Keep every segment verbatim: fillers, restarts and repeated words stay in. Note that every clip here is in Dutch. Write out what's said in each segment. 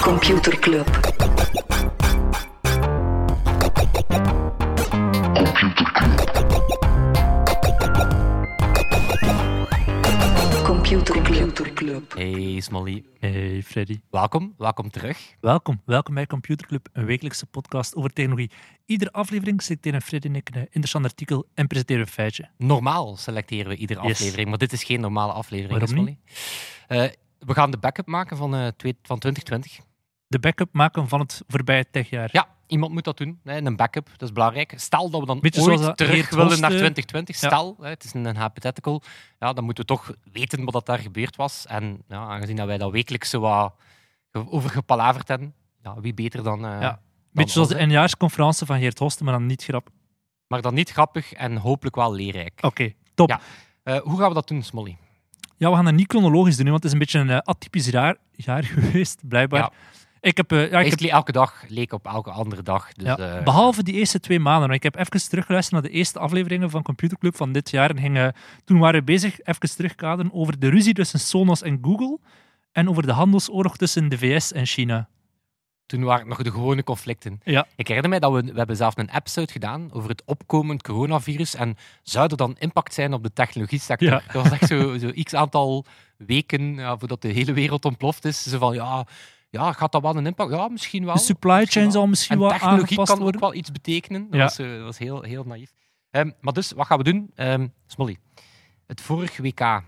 Computer Club. Computer Club. Club. Hey Smolly. Hey Freddy. Welkom, welkom terug. Welkom, welkom bij Computer Club, een wekelijkse podcast over technologie. Iedere aflevering selecteren Freddy en ik een interessant artikel en presenteren we een feitje. Normaal selecteren we iedere Yes. aflevering, maar dit is geen normale aflevering. Waarom Smolly. Uh, we gaan de backup maken van, uh, twee, van twintig twintig. De backup maken van het voorbije techjaar. Ja, iemand moet dat doen. Hè, een backup, dat is belangrijk. Stel dat we dan Beetje ooit zoals dat terug Geert willen Hoste- naar twintig twintig. Ja. Stel, hè, het is een, een hypothetical. Ja, dan moeten we toch weten wat dat daar gebeurd was. En ja, aangezien dat wij dat wekelijks zo wat ge- over gepalaverd hebben, ja, wie beter dan... Uh, Ja. Beetje zoals de eindejaarsconferentie van Geert Hoste, maar dan niet grap. Maar dan niet grappig en hopelijk wel leerrijk. Oké, top. Ja. Uh, hoe gaan we dat doen, Smolly? Ja, we gaan dat niet chronologisch doen, want het is een beetje een uh, atypisch jaar, jaar geweest, blijkbaar. Ja. Ik heb, uh, ja, ik heb Basically, elke dag leek op elke andere dag. Dus, Ja, eh, behalve die eerste twee maanden. Want ik heb even teruggeluisterd naar de eerste afleveringen van Computer Club van dit jaar. En gingen, toen waren we bezig, even terugkaderen, over de ruzie tussen Sonos en Google. En over de handelsoorlog tussen de V S en China. Toen waren het nog de gewone conflicten. Ja. Ik herinner mij dat we, we hebben zelf een episode gedaan over het opkomend coronavirus. En zou er dan impact zijn op de technologie sector? Ja. Dat was echt zo, zo x aantal weken ja, voordat de hele wereld ontploft is. Zo van, ja, ja, gaat dat wel een impact? Ja, misschien wel. De supply chain zal misschien En wel technologie aangepast kan ook worden. wel iets betekenen. Dat Ja. was, eh, dat was heel, heel naïef. Um, maar dus, wat gaan we doen? Um, Smolly, het vorige W K.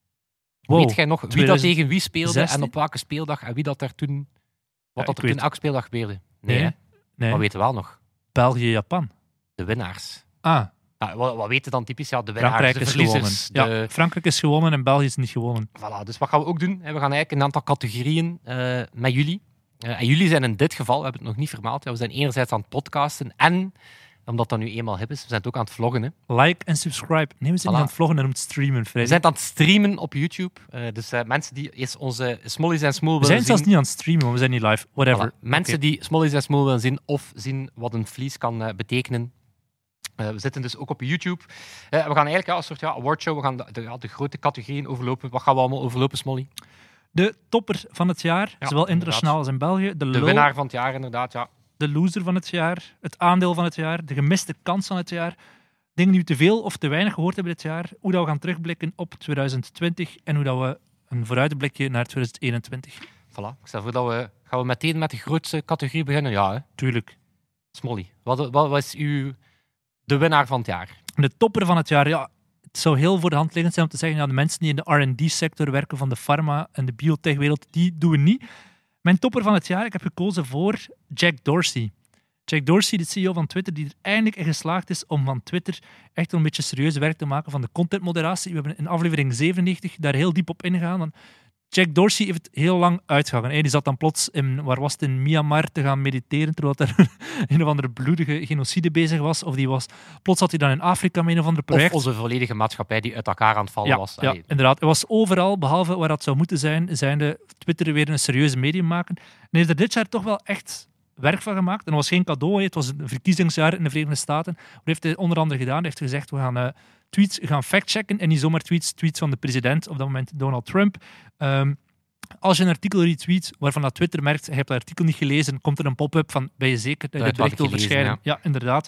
Wow. Weet jij nog wie dat twintig tegen wie speelde zestien? en op welke speeldag en wie dat daar toen... Wat Ja, dat ik er toen weet- elke speeldag gebeurde? Nee, Nee. hè? Nee, Maar weten we wel nog. België, Japan. De winnaars. Ah, Nou, wat, wat weten dan typisch? Ja, de winnaars, Frankrijk de is gewonnen. verliezers. Ja, De... Frankrijk is gewonnen en België is niet gewonnen. Voilà, dus wat gaan we ook doen? We gaan eigenlijk een aantal categorieën uh, met jullie. Uh, en jullie zijn in dit geval, we hebben het nog niet vermeld, ja, we zijn enerzijds aan het podcasten en, omdat dat nu eenmaal hip is, we zijn het ook aan het vloggen. Hè. Like en subscribe. Nee, we zijn Voilà. niet aan het vloggen en aan het streamen, We Freddy. zijn het aan het streamen op YouTube. Uh, dus uh, mensen die eens onze Smollies en Smoel We willen zijn zien... zelfs niet aan het streamen, want we zijn niet live. Whatever. Voilà. Mensen Oké. die Smollies en Smoel willen zien of zien wat een vlies kan uh, betekenen. Uh, we zitten dus ook op YouTube. Uh, we gaan eigenlijk ja, een soort ja, awardshow. We gaan de, de, ja, de grote categorieën overlopen. Wat gaan we allemaal overlopen, Smolly? De topper van het jaar, Ja, zowel internationaal als in België. De, De low, winnaar van het jaar, inderdaad. Ja. de loser van het jaar. Het aandeel van het jaar. De gemiste kans van het jaar. Dingen die we te veel of te weinig gehoord hebben dit jaar. Hoe dat we gaan terugblikken op twintig twintig. En hoe dat we een vooruitblikje naar twintig eenentwintig. Voilà. Ik stel voor dat we... Gaan we meteen met de grootste categorie beginnen? Ja, hè? Tuurlijk. Smolly. Wat, wat was uw... De winnaar van het jaar? De topper van het jaar, ja, het zou heel voor de hand liggend zijn om te zeggen, ja, de mensen die in de R en D-sector werken van de pharma- en de biotech-wereld, die doen we niet. Mijn topper van het jaar, ik heb gekozen voor Jack Dorsey. Jack Dorsey, de C E O van Twitter, die er eindelijk in geslaagd is om van Twitter echt een beetje serieus werk te maken van de contentmoderatie. We hebben in aflevering zevenennegentig daar heel diep op ingegaan. Want Jack Dorsey heeft het heel lang uitgehangen. Hij die zat dan plots in, waar was het, in Myanmar te gaan mediteren, terwijl er een of andere bloedige genocide bezig was. Of die was, plots zat hij dan in Afrika met een of ander project. Of onze volledige maatschappij die uit elkaar aan het vallen Ja, was. ja, Allee. inderdaad. Hij was overal, behalve waar dat zou moeten zijn, zijn de Twitter weer een serieuze medium maken. En hij heeft er dit jaar toch wel echt werk van gemaakt. En dat was geen cadeau, hè. Het was een verkiezingsjaar in de Verenigde Staten. Wat heeft hij onder andere gedaan? Hij heeft gezegd, we gaan uh, tweets gaan factchecken en niet zomaar tweets, tweets van de president, op dat moment Donald Trump. Um, als je een artikel retweet waarvan dat Twitter merkt, je hebt dat artikel niet gelezen, komt er een pop-up van, ben je zeker dat je Dat dit had bericht ik wil gelezen, verschijnen? Ja, inderdaad.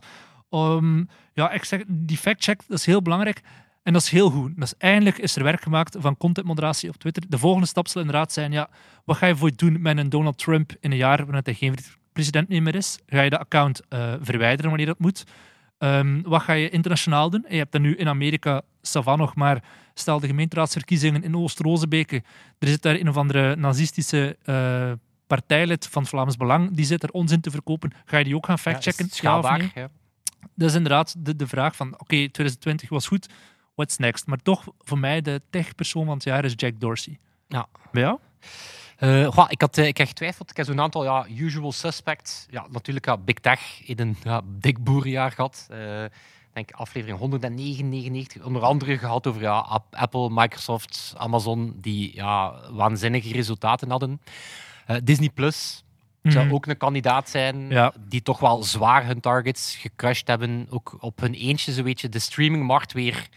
Um, ja, ik zeg, die factcheck, dat is heel belangrijk. En dat is heel goed. Dat is, eindelijk is er werk gemaakt van contentmoderatie op Twitter. De volgende stap zal inderdaad zijn, ja, wat ga je voor doen met een Donald Trump in een jaar waarin hij geen president meer is? Ga je de account uh, verwijderen wanneer dat moet? Um, wat ga je internationaal doen? Je hebt dat nu in Amerika, Savan nog, maar stel de gemeenteraadsverkiezingen in Oost-Rozebeke. Er zit daar een of andere nazistische uh, partijlid van het Vlaams Belang, die zit er onzin te verkopen. Ga je die ook gaan factchecken? Ja, is het schaalbaar, ja of nee? ja. Dat is inderdaad de, de vraag van, oké, okay, twintig twintig was goed, what's next? Maar toch, voor mij, de tech-persoon van het jaar is Jack Dorsey. Ja. Bij jou? Uh, goh, ik, had, uh, ik heb getwijfeld. Ik heb zo'n aantal ja, usual suspects. Ja, natuurlijk ja, Big Tech in een ja, dik boerenjaar gehad. Uh, ik denk aflevering honderdnegen negenennegentig. Onder andere gehad over ja, Apple, Microsoft, Amazon, die ja, waanzinnige resultaten hadden. Uh, Disney Plus zou Mhm. ook een kandidaat zijn, Ja. die toch wel zwaar hun targets gecrushed hebben. Ook op hun eentje zo'n beetje de streamingmarkt weer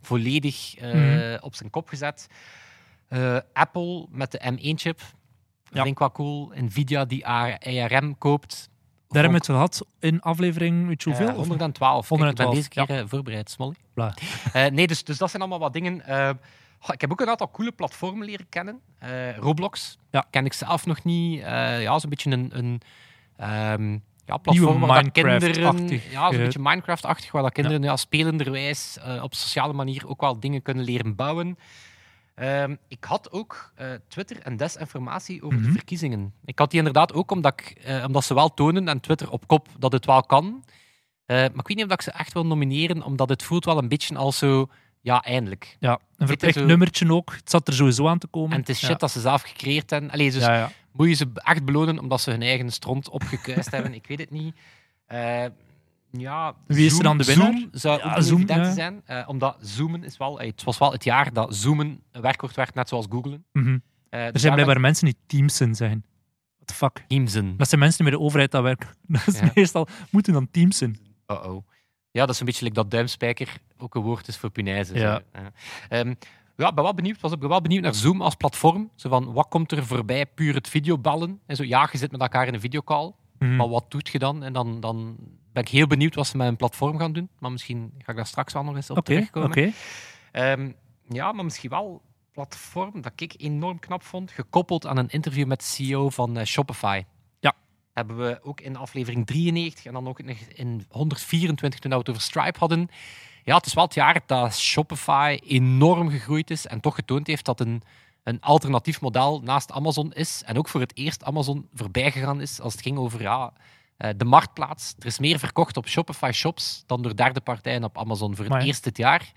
volledig uh, Mhm. op zijn kop gezet. Uh, Apple met de M één-chip. Ja. vind ik wel cool. Nvidia die A R M koopt. Daar hebben we het gehad in aflevering, weet je hoeveel? Uh, Of- honderdtwaalf. Kijk, ik ben honderdtwaalf, deze keer ja. uh, voorbereid, Smolly. Bla. Uh, nee, dus, dus dat zijn allemaal wat dingen. Uh, ik heb ook een aantal coole platformen leren kennen. Uh, Roblox Ja. ken ik zelf nog niet. Uh, ja, zo'n beetje een... een um, ja, platform Nieuwe waar dat kinderen... Minecraft-achtig, Ja, zo'n uh, beetje Minecraft-achtig, waar dat kinderen ja. Ja, spelenderwijs uh, op sociale manier ook wel dingen kunnen leren bouwen. Um, ik had ook uh, Twitter en desinformatie over Mm-hmm. de verkiezingen. Ik had die inderdaad ook omdat, ik, uh, omdat ze wel tonen en Twitter op kop dat het wel kan. Uh, maar ik weet niet of ik ze echt wil nomineren, omdat het voelt wel een beetje als zo... Ja, eindelijk. Ja, een verplicht zo... nummertje ook. Het zat er sowieso aan te komen. En het is shit ja. dat ze zelf gecreëerd hebben. Allee, dus ja, ja. moet je ze echt belonen omdat ze hun eigen stront opgekuist hebben? Ik weet het niet. Uh, ja, Wie is er dan de winnaar? Zoom zou Ja, ook een Zoom, evidente ja. zijn. Uh, omdat zoomen is wel... Het was wel het jaar dat zoomen een werkwoord werd, net zoals googlen. Mm-hmm. Uh, Er zijn blijkbaar mensen die Teamsen zijn. What the fuck? Teamsen. Dat zijn mensen die bij de overheid dat werken. Dat is Ja. meestal... Moeten dan Teamsen. Uh-oh. Ja, dat is een beetje like dat duimspijker ook een woord is voor punaise. Ja. Zo. Uh, um, ja, ik ben wel benieuwd, was ik ben wel benieuwd naar Zoom als platform. Zo van, wat komt er voorbij? Puur het videobellen. En zo, ja, je zit met elkaar in een videocall. Mm. Maar wat doet je dan? En dan, dan ben ik heel benieuwd wat ze met een platform gaan doen. Maar misschien ga ik daar straks wel nog eens op Oké, terugkomen. oké. Um, ja, maar misschien wel een platform dat ik enorm knap vond. Gekoppeld aan een interview met de C E O van uh, Shopify. Ja. Hebben we ook in aflevering drieënnegentig en dan ook in honderdvierentwintig toen we het over Stripe hadden. Ja, het is wel het jaar dat Shopify enorm gegroeid is en toch getoond heeft dat een, een alternatief model naast Amazon is. En ook voor het eerst Amazon voorbij gegaan is als het ging over ja, de marktplaats. Er is meer verkocht op Shopify shops dan door derde partijen op Amazon voor het Maar ja. eerst dit jaar.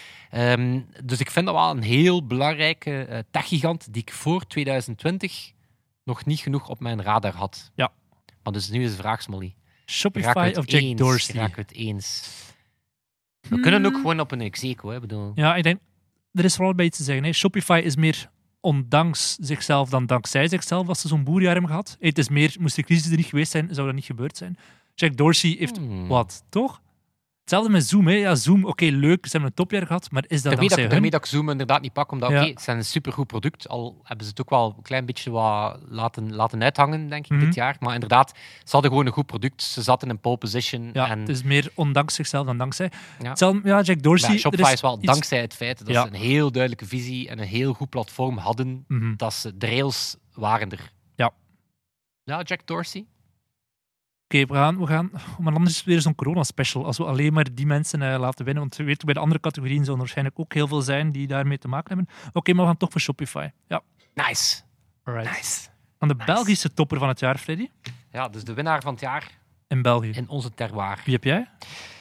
Um, dus ik vind dat wel een heel belangrijke uh, techgigant die ik voor twintig twintig nog niet genoeg op mijn radar had. Ja. Maar dus nu is de vraag, Smolly. Shopify of Jack eens? Dorsey? Raken we het eens? We kunnen ook gewoon op een execo, hè, bedoel. Ja, ik denk... Er is vooral bij iets te zeggen. Hè. Shopify is meer ondanks zichzelf dan dankzij zichzelf als ze zo'n boerjaar hebben gehad. Het is meer, moest de crisis er niet geweest zijn, zou dat niet gebeurd zijn. Jack Dorsey heeft Hmm. wat, toch? Hetzelfde met Zoom. Hè. Ja, Zoom, oké, okay, leuk, ze hebben een topjaar gehad, maar is dat Daarmee dat, dankzij daarmee hun? dat ik Zoom inderdaad niet pak, omdat Ja. oké, het zijn een supergoed product. Al hebben ze het ook wel een klein beetje wat laten, laten uithangen, denk ik, Mhm. dit jaar. Maar inderdaad, ze hadden gewoon een goed product. Ze zaten in pole position. Ja, en, het is meer ondanks zichzelf dan dankzij. Ja. Hetzelfde, ja, Jack Dorsey... ja, er Shopify is wel iets- dankzij het feit dat Ja. ze een heel duidelijke visie en een heel goed platform hadden, Mhm. dat ze de rails waren er. Ja. Ja, Jack Dorsey. Oké, we gaan, we gaan... Maar anders is het weer zo'n corona-special. Als we alleen maar die mensen uh, laten winnen. Want we weten, bij de andere categorieën zullen er waarschijnlijk ook heel veel zijn die daarmee te maken hebben. Oké, okay, maar we gaan toch voor Shopify. Ja, Nice. alright. Nice. Aan de Nice. Belgische topper van het jaar, Freddy. Ja, dus de winnaar van het jaar In België. in onze terroir. Wie heb jij?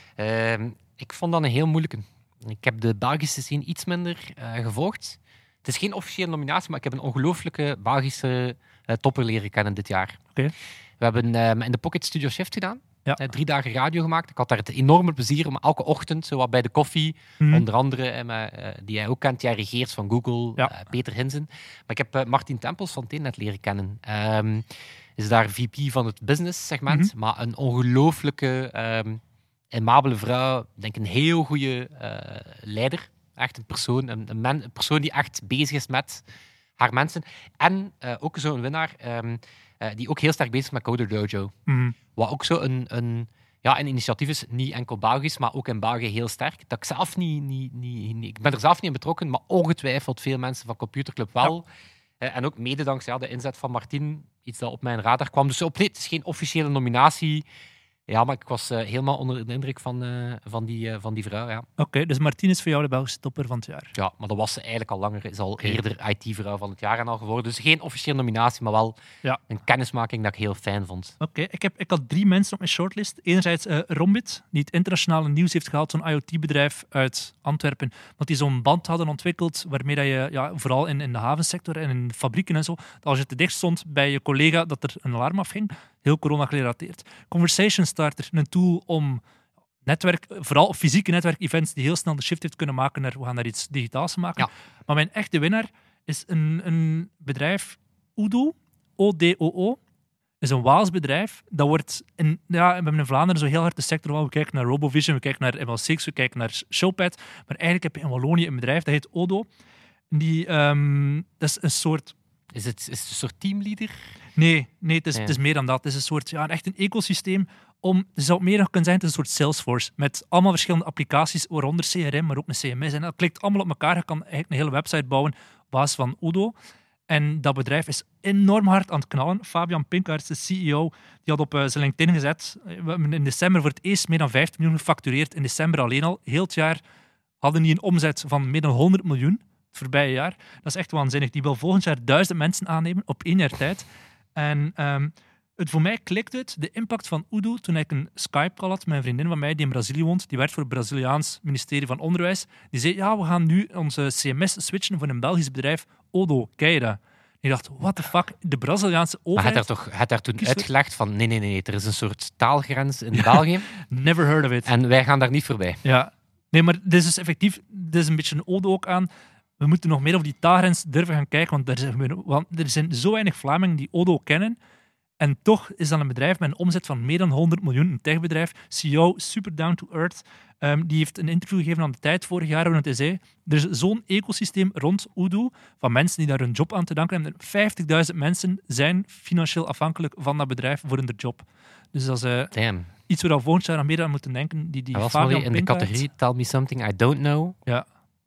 Uh, ik vond dat een heel moeilijke. Ik heb de Belgische scene iets minder uh, gevolgd. Het is geen officiële nominatie, maar ik heb een ongelooflijke Belgische uh, topper leren kennen dit jaar. Okay. We hebben uh, in de Pocket Studio Shift gedaan. Ja. Uh, drie dagen radio gemaakt. Ik had daar het enorme plezier om elke ochtend, zo wat bij de koffie, Mhm. onder andere, uh, met, uh, die jij ook kent, Thierry Geerts van Google, Ja. uh, Peter Hinsen. Maar ik heb uh, Martien Tempels van Teennet leren kennen. Um, is daar V P van het business segment, Mhm. maar een ongelooflijke, um, aimabele vrouw. Ik denk een heel goede uh, leider. Echt een persoon, een, een, men, een persoon die echt bezig is met haar mensen. En uh, ook zo'n winnaar um, uh, die ook heel sterk bezig is met Coder Dojo. Mhm. Wat ook zo een, een, ja, een initiatief is, niet enkel Belgisch, maar ook in België heel sterk. Dat ik zelf niet, niet, niet, niet... Ik ben er zelf niet in betrokken, maar ongetwijfeld veel mensen van Computerclub wel. Ja. Uh, en ook mede dankzij ja, de inzet van Martien, iets dat op mijn radar kwam. Dus opnieuw, het is geen officiële nominatie. Ja, maar ik was uh, helemaal onder de indruk van, uh, van, die, uh, van die vrouw, ja. Oké, okay, dus Martien is voor jou de Belgische topper van het jaar. Ja, maar dat was ze eigenlijk al langer. Is al Okay. eerder I T-vrouw van het jaar en al geworden. Dus geen officiële nominatie, maar wel ja. een kennismaking dat ik heel fijn vond. Oké, okay. ik, heb, ik had drie mensen op mijn shortlist. Enerzijds uh, Rombit, die het internationale nieuws heeft gehaald, zo'n I O T-bedrijf uit Antwerpen, want die zo'n band hadden ontwikkeld waarmee dat je, ja, vooral in, in de havensector en in fabrieken en zo, dat als je te dicht stond bij je collega, dat er een alarm afging. Heel corona-gerelateerd. Conversation Starter, een tool om netwerk, vooral op fysieke netwerkevents, die heel snel de shift heeft kunnen maken naar we gaan daar iets digitaals van maken. Ja. Maar mijn echte winnaar is een, een bedrijf, Udo, O D O O. is een Waals bedrijf. Dat wordt in, ja, we hebben in Vlaanderen zo heel hard de sector wel. We kijken naar RoboVision, we kijken naar M L six, we kijken naar Showpad. Maar eigenlijk heb je in Wallonië een bedrijf, dat heet Odo. Die, um, dat is een soort Is het, is het een soort teamleader? Nee, nee, het is, Nee. het is meer dan dat. Het is een soort, ja, echt een ecosysteem. Om, je zou het meer nog kunnen zijn, het is een soort Salesforce. Met allemaal verschillende applicaties, waaronder C R M, maar ook een C M S. En dat klikt allemaal op elkaar. Je kan eigenlijk een hele website bouwen op basis van Udo. En dat bedrijf is enorm hard aan het knallen. Fabian Pinkaert, de C E O, die had op uh, zijn LinkedIn gezet. We hebben in december voor het eerst meer dan vijftien miljoen gefactureerd. In december alleen al. Heel het jaar hadden die een omzet van meer dan honderd miljoen. Het voorbije jaar. Dat is echt waanzinnig. Die wil volgend jaar duizend mensen aannemen op één jaar tijd. En um, het, voor mij klikt het, de impact van Udo, toen ik een Skype-call had met een vriendin van mij die in Brazilië woont, die werkt voor het Braziliaans ministerie van Onderwijs, die zei, ja, we gaan nu onze C M S switchen voor een Belgisch bedrijf, Odo, ken je dat? En ik dacht, what the fuck, de Braziliaanse Maar overheid... hij had daar toch had daar toen Kies voor- uitgelegd van nee, nee, nee, nee, er is een soort taalgrens in België Never heard of it. en wij gaan daar niet voorbij. Ja. Nee, maar dit is dus effectief, dit is een beetje een ode ook aan. We moeten nog meer over die taalgrens durven gaan kijken, want er zijn, want er zijn zo weinig Vlamingen die Odo kennen. En toch is dat een bedrijf met een omzet van meer dan honderd miljoen, een techbedrijf. C E O, super down to earth. Um, die heeft een interview gegeven aan de Tijd vorig jaar, waarin hij zei, er is zo'n ecosysteem rond Udo, van mensen die daar hun job aan te danken hebben. vijftigduizend mensen zijn financieel afhankelijk van dat bedrijf voor hun job. Dus dat is uh, Damn. iets waar we volgend jaar aan meer aan moeten denken. Die, die Hij was Fabian mooi in de Pinkaert- categorie Tell me something I don't know. Ja.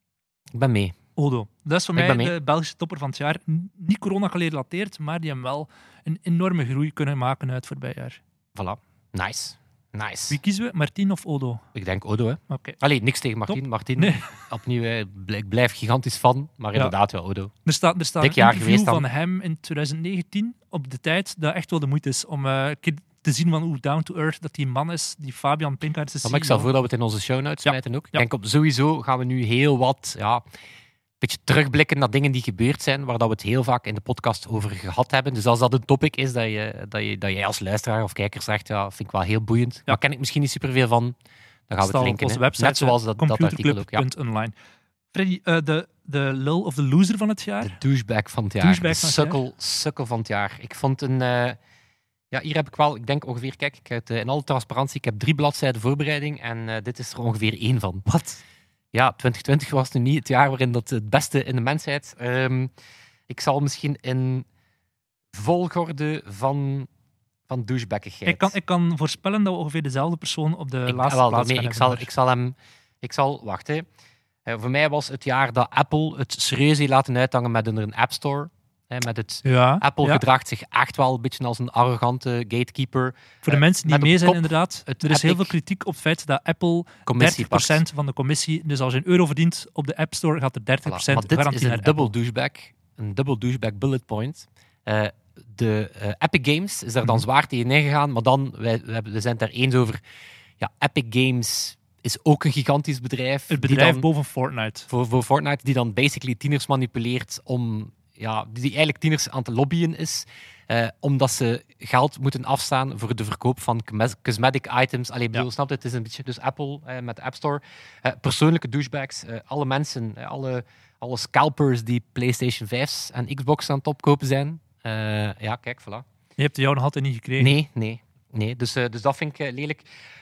Ik ben mee. Odo. Dat is voor Ik mij ben mee. de Belgische topper van het jaar. N- Niet corona-gerelateerd, maar die hebben wel een enorme groei kunnen maken uit het voorbije jaar. Voilà. Nice. Nice. Wie kiezen we? Martin of Odo? Ik denk Odo, hè. Oké. Allee, niks tegen Martin. Top. Martin, Nee. opnieuw, eh, bl- ik blijf gigantisch fan, maar Ja. inderdaad wel Odo. Er staat, er staat Dik een jaar interview geweest dan. van hem in twintig negentien op de Tijd dat echt wel de moeite is om uh, een keer te zien van hoe down to earth dat die man is, die Fabian Pinkaert is. Maar ik stel voor dat we het in onze show notes Ja. smijten ook. Ik Ja. denk op sowieso gaan we nu heel wat ja, een beetje terugblikken naar dingen die gebeurd zijn, waar dat we het heel vaak in de podcast over gehad hebben. Dus als dat een topic is dat, je, dat, je, dat jij als luisteraar of kijker zegt, ja, vind ik wel heel boeiend. Maar ken ik misschien niet superveel van, dan gaan we het linken. op onze hè. website, Net zoals dat, dat artikel ook. Ja. computerclub.online. Freddy, uh, de, de lul of de loser van het jaar? De douchebag van het jaar. Douchebag de van het sukkel, sukkel van het jaar. Ik vond een... uh, ja, hier heb ik wel, ik denk ongeveer, kijk, ik heb, uh, in alle transparantie, ik heb drie bladzijden voorbereiding en uh, dit is er ongeveer één van. Wat? Ja, twintig twintig was nu niet het jaar waarin dat het beste in de mensheid. Um, ik zal misschien in volgorde van, van douchebaggigheid. Ik kan, ik kan voorspellen dat we ongeveer dezelfde persoon op de Ik- laatste wel, plaats nee, gaan ik hebben, zal, maar- ik zal hem... Ik zal... Wacht, hè. Uh, voor mij was het jaar dat Apple het serieus heeft laten uithangen met een App Store. Hè, met het... Ja, Apple ja. gedraagt zich echt wel een beetje als een arrogante gatekeeper. Voor de Eh, mensen die met op mee zijn, kop inderdaad. het Er is heel Epic veel kritiek op het feit dat Apple Commissie dertig procent van de commissie... Dus als je een euro verdient op de App Store, gaat er dertig Voilà. procent Maar dit garantie is een naar dubbel Apple. douchebag. Een dubbel douchebag bullet point. Uh, de uh, Epic Games is daar dan Mhm. zwaar tegen ingegaan, maar dan, wij, we, hebben, we zijn het daar eens over. Ja, Epic Games is ook een gigantisch bedrijf. Het die bedrijf dan, boven Fortnite. voor, voor Fortnite, die dan basically tieners manipuleert om... Ja, die die eigenlijk tieners aan het lobbyen is, uh, omdat ze geld moeten afstaan voor de verkoop van cosme- cosmetic items. Allee, ik bedoel, Ja. snap je? Het is een beetje... Dus Apple uh, met de App Store. Uh, persoonlijke douchebags. Uh, alle mensen, uh, alle, alle scalpers die PlayStation vijf's en Xbox aan het opkopen zijn. Uh, ja, kijk, voilà. Je hebt de jou nog altijd niet gekregen. Nee, nee. nee. Dus, uh, dus dat vind ik uh, lelijk.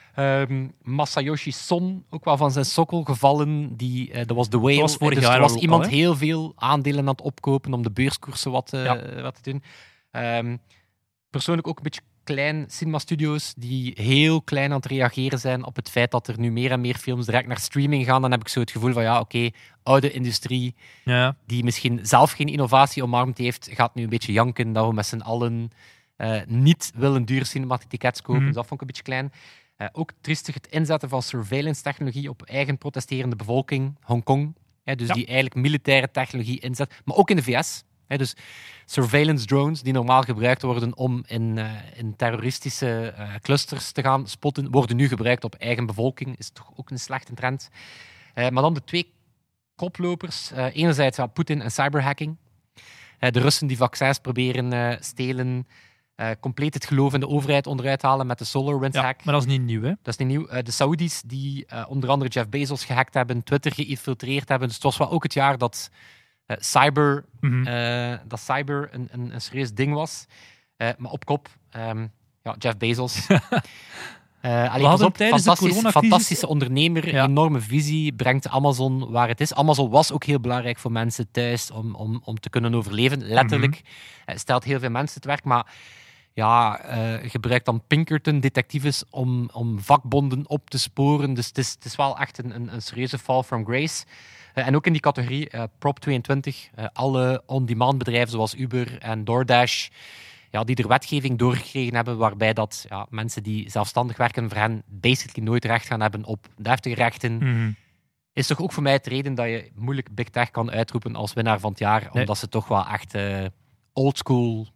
Um, Masayoshi Son, ook wel van zijn sokkel gevallen. Die, uh, dat was de whale. Dat was vorig dus jaar er was al, iemand hè? heel veel aandelen aan het opkopen om de beurskoersen wat, uh, Ja. wat te doen. Um, persoonlijk ook een beetje klein cinema-studio's die heel klein aan het reageren zijn op het feit dat er nu meer en meer films direct naar streaming gaan. Dan heb ik zo het gevoel van, ja, oké, okay, oude industrie Ja. die misschien zelf geen innovatie omarmd heeft, gaat nu een beetje janken dat we met z'n allen uh, niet willen duur cinematickets kopen. Mhm. Dus dat vond ik een beetje klein. Uh, ook triestig het inzetten van surveillance-technologie op eigen protesterende bevolking, Hongkong. Hè, dus Ja. die eigenlijk militaire technologie inzet, maar ook in de V S. Hè, dus surveillance drones die normaal gebruikt worden om in, uh, in terroristische uh, clusters te gaan spotten, worden nu gebruikt op eigen bevolking. Is toch ook een slechte trend. Uh, maar dan de twee koplopers. Uh, enerzijds ja, Poetin en cyberhacking. Uh, de Russen die vaccins proberen uh, stelen, uh, compleet het geloof in de overheid onderuit halen met de SolarWinds Ja, hack. maar dat is niet nieuw, hè? Dat is niet nieuw. Uh, de Saoedi's die uh, onder andere Jeff Bezos gehackt hebben, Twitter geïnfiltreerd hebben. Dus het was wel ook het jaar dat uh, cyber, Mhm. uh, dat cyber een, een, een serieus ding was. Uh, maar op kop, um, ja, Jeff Bezos. Uh, allee, hadden pas op, tijdens de fantastisch, coronacrisis- fantastische ondernemer, Ja. enorme visie, brengt Amazon waar het is. Amazon was ook heel belangrijk voor mensen thuis om, om, om te kunnen overleven, letterlijk. Het stelt heel veel mensen het werk, maar ja, uh, gebruikt dan Pinkerton-detectives om, om vakbonden op te sporen. Dus het is, het is wel echt een, een, een serieuze fall from grace. Uh, en ook in die categorie, uh, Prop tweeëntwintig, uh, alle on-demand bedrijven zoals Uber en DoorDash, ja, die er wetgeving doorgekregen hebben waarbij dat, ja, mensen die zelfstandig werken voor hen basically nooit recht gaan hebben op deftige rechten. Mm-hmm. Is toch ook voor mij het reden dat je moeilijk Big Tech kan uitroepen als winnaar van het jaar, Nee. omdat ze toch wel echt uh, oldschool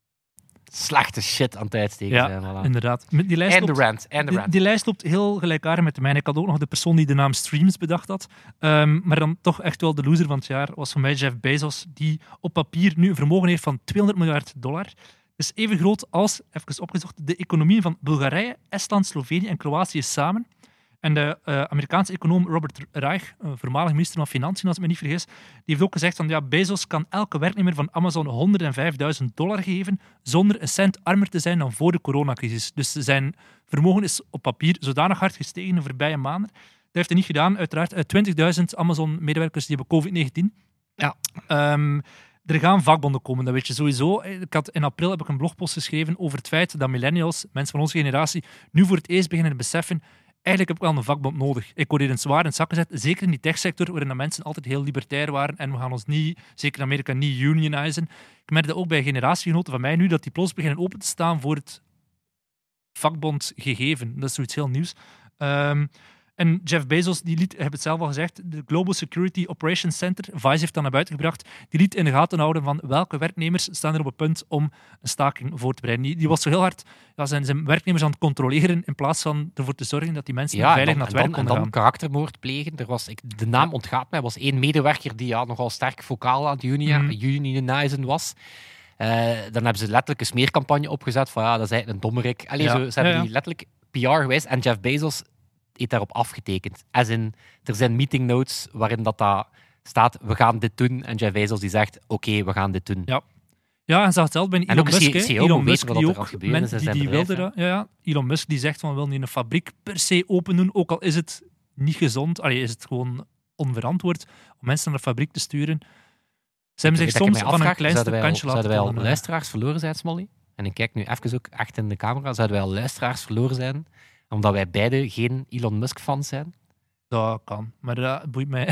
slechte shit aan het uitsteken Ja, zijn. Voilà. inderdaad. Met Die lijst En de loopt- rant, en de Die, rant. die lijst loopt heel gelijkaardig met de mijne. Ik had ook nog de persoon die de naam Streams bedacht had. Um, maar dan toch echt wel de loser van het jaar was voor mij Jeff Bezos, die op papier nu een vermogen heeft van tweehonderd miljard dollar. Dat is even groot als, even opgezocht, de economieën van Bulgarije, Estland, Slovenië en Kroatië samen. En de uh, Amerikaanse econoom Robert Reich, uh, voormalig minister van Financiën, als ik me niet vergis, die heeft ook gezegd van ja, Bezos kan elke werknemer van Amazon honderdvijfduizend dollar geven zonder een cent armer te zijn dan voor de coronacrisis. Dus zijn vermogen is op papier zodanig hard gestegen de voorbije maanden. Dat heeft hij niet gedaan, uiteraard. Uh, twintigduizend Amazon-medewerkers die hebben covid negentien. Ja. Um, er gaan vakbonden komen, dat weet je sowieso. Ik had, in april heb ik een blogpost geschreven over het feit dat millennials, mensen van onze generatie, nu voor het eerst beginnen te beseffen eigenlijk heb ik wel een vakbond nodig. Ik word hier een zwaar in het zak gezet, zeker in die techsector, waarin de mensen altijd heel libertair waren en we gaan ons niet, zeker in Amerika, niet unionizen. Ik merk dat ook bij generatiegenoten van mij nu, dat die plots beginnen open te staan voor het vakbondgegeven. Dat is zoiets heel nieuws. Um, en Jeff Bezos, die liet, ik heb het zelf al gezegd, de Global Security Operations Center, Vice heeft dat naar buiten gebracht, die liet in de gaten houden van welke werknemers staan er op het punt om een staking voor te bereiden. Die, die was zo heel hard ja, zijn, zijn werknemers aan het controleren in plaats van ervoor te zorgen dat die mensen Ja, veilig en dan, naar het en werk dan, en konden dan gaan. karaktermoord plegen. Er was, ik, de naam ontgaat mij. Er was één medewerker die ja, nogal sterk vocaal aan het union, Mhm. unionizen was. Uh, dan hebben ze letterlijk een smeercampagne opgezet van ja, dat is eigenlijk een dommerik. Allee, Ja. zo, ze hebben Ja, ja. die letterlijk P R geweest. En Jeff Bezos heeft daarop afgetekend. As in, er zijn meeting notes waarin dat, dat staat, we gaan dit doen. En Jeff Bezos die zegt, oké, okay, we gaan dit doen. Ja. Ja, en zag het zelf bij En Elon ook een Musk. C- hè. C E O Elon moet Musk weten wat die er ook, aan het gebeuren men- is in die, zijn die bedrijf, wilde hè. dat. Ja, ja. Elon Musk die zegt van, we willen niet een fabriek per se open doen, ook al is het niet gezond. Allee, is het gewoon onverantwoord om mensen naar de fabriek te sturen. Ze hebben zich Dat ik soms mij van een afvraag, klein zouden stuk wij al, kantje laten zouden wij al vallen, hè. luisteraars verloren zijn, Smolly? En ik kijk nu even ook echt in de camera. Zouden wij al luisteraars verloren zijn? Omdat wij beide geen Elon Musk-fans zijn? Dat kan, maar dat boeit mij.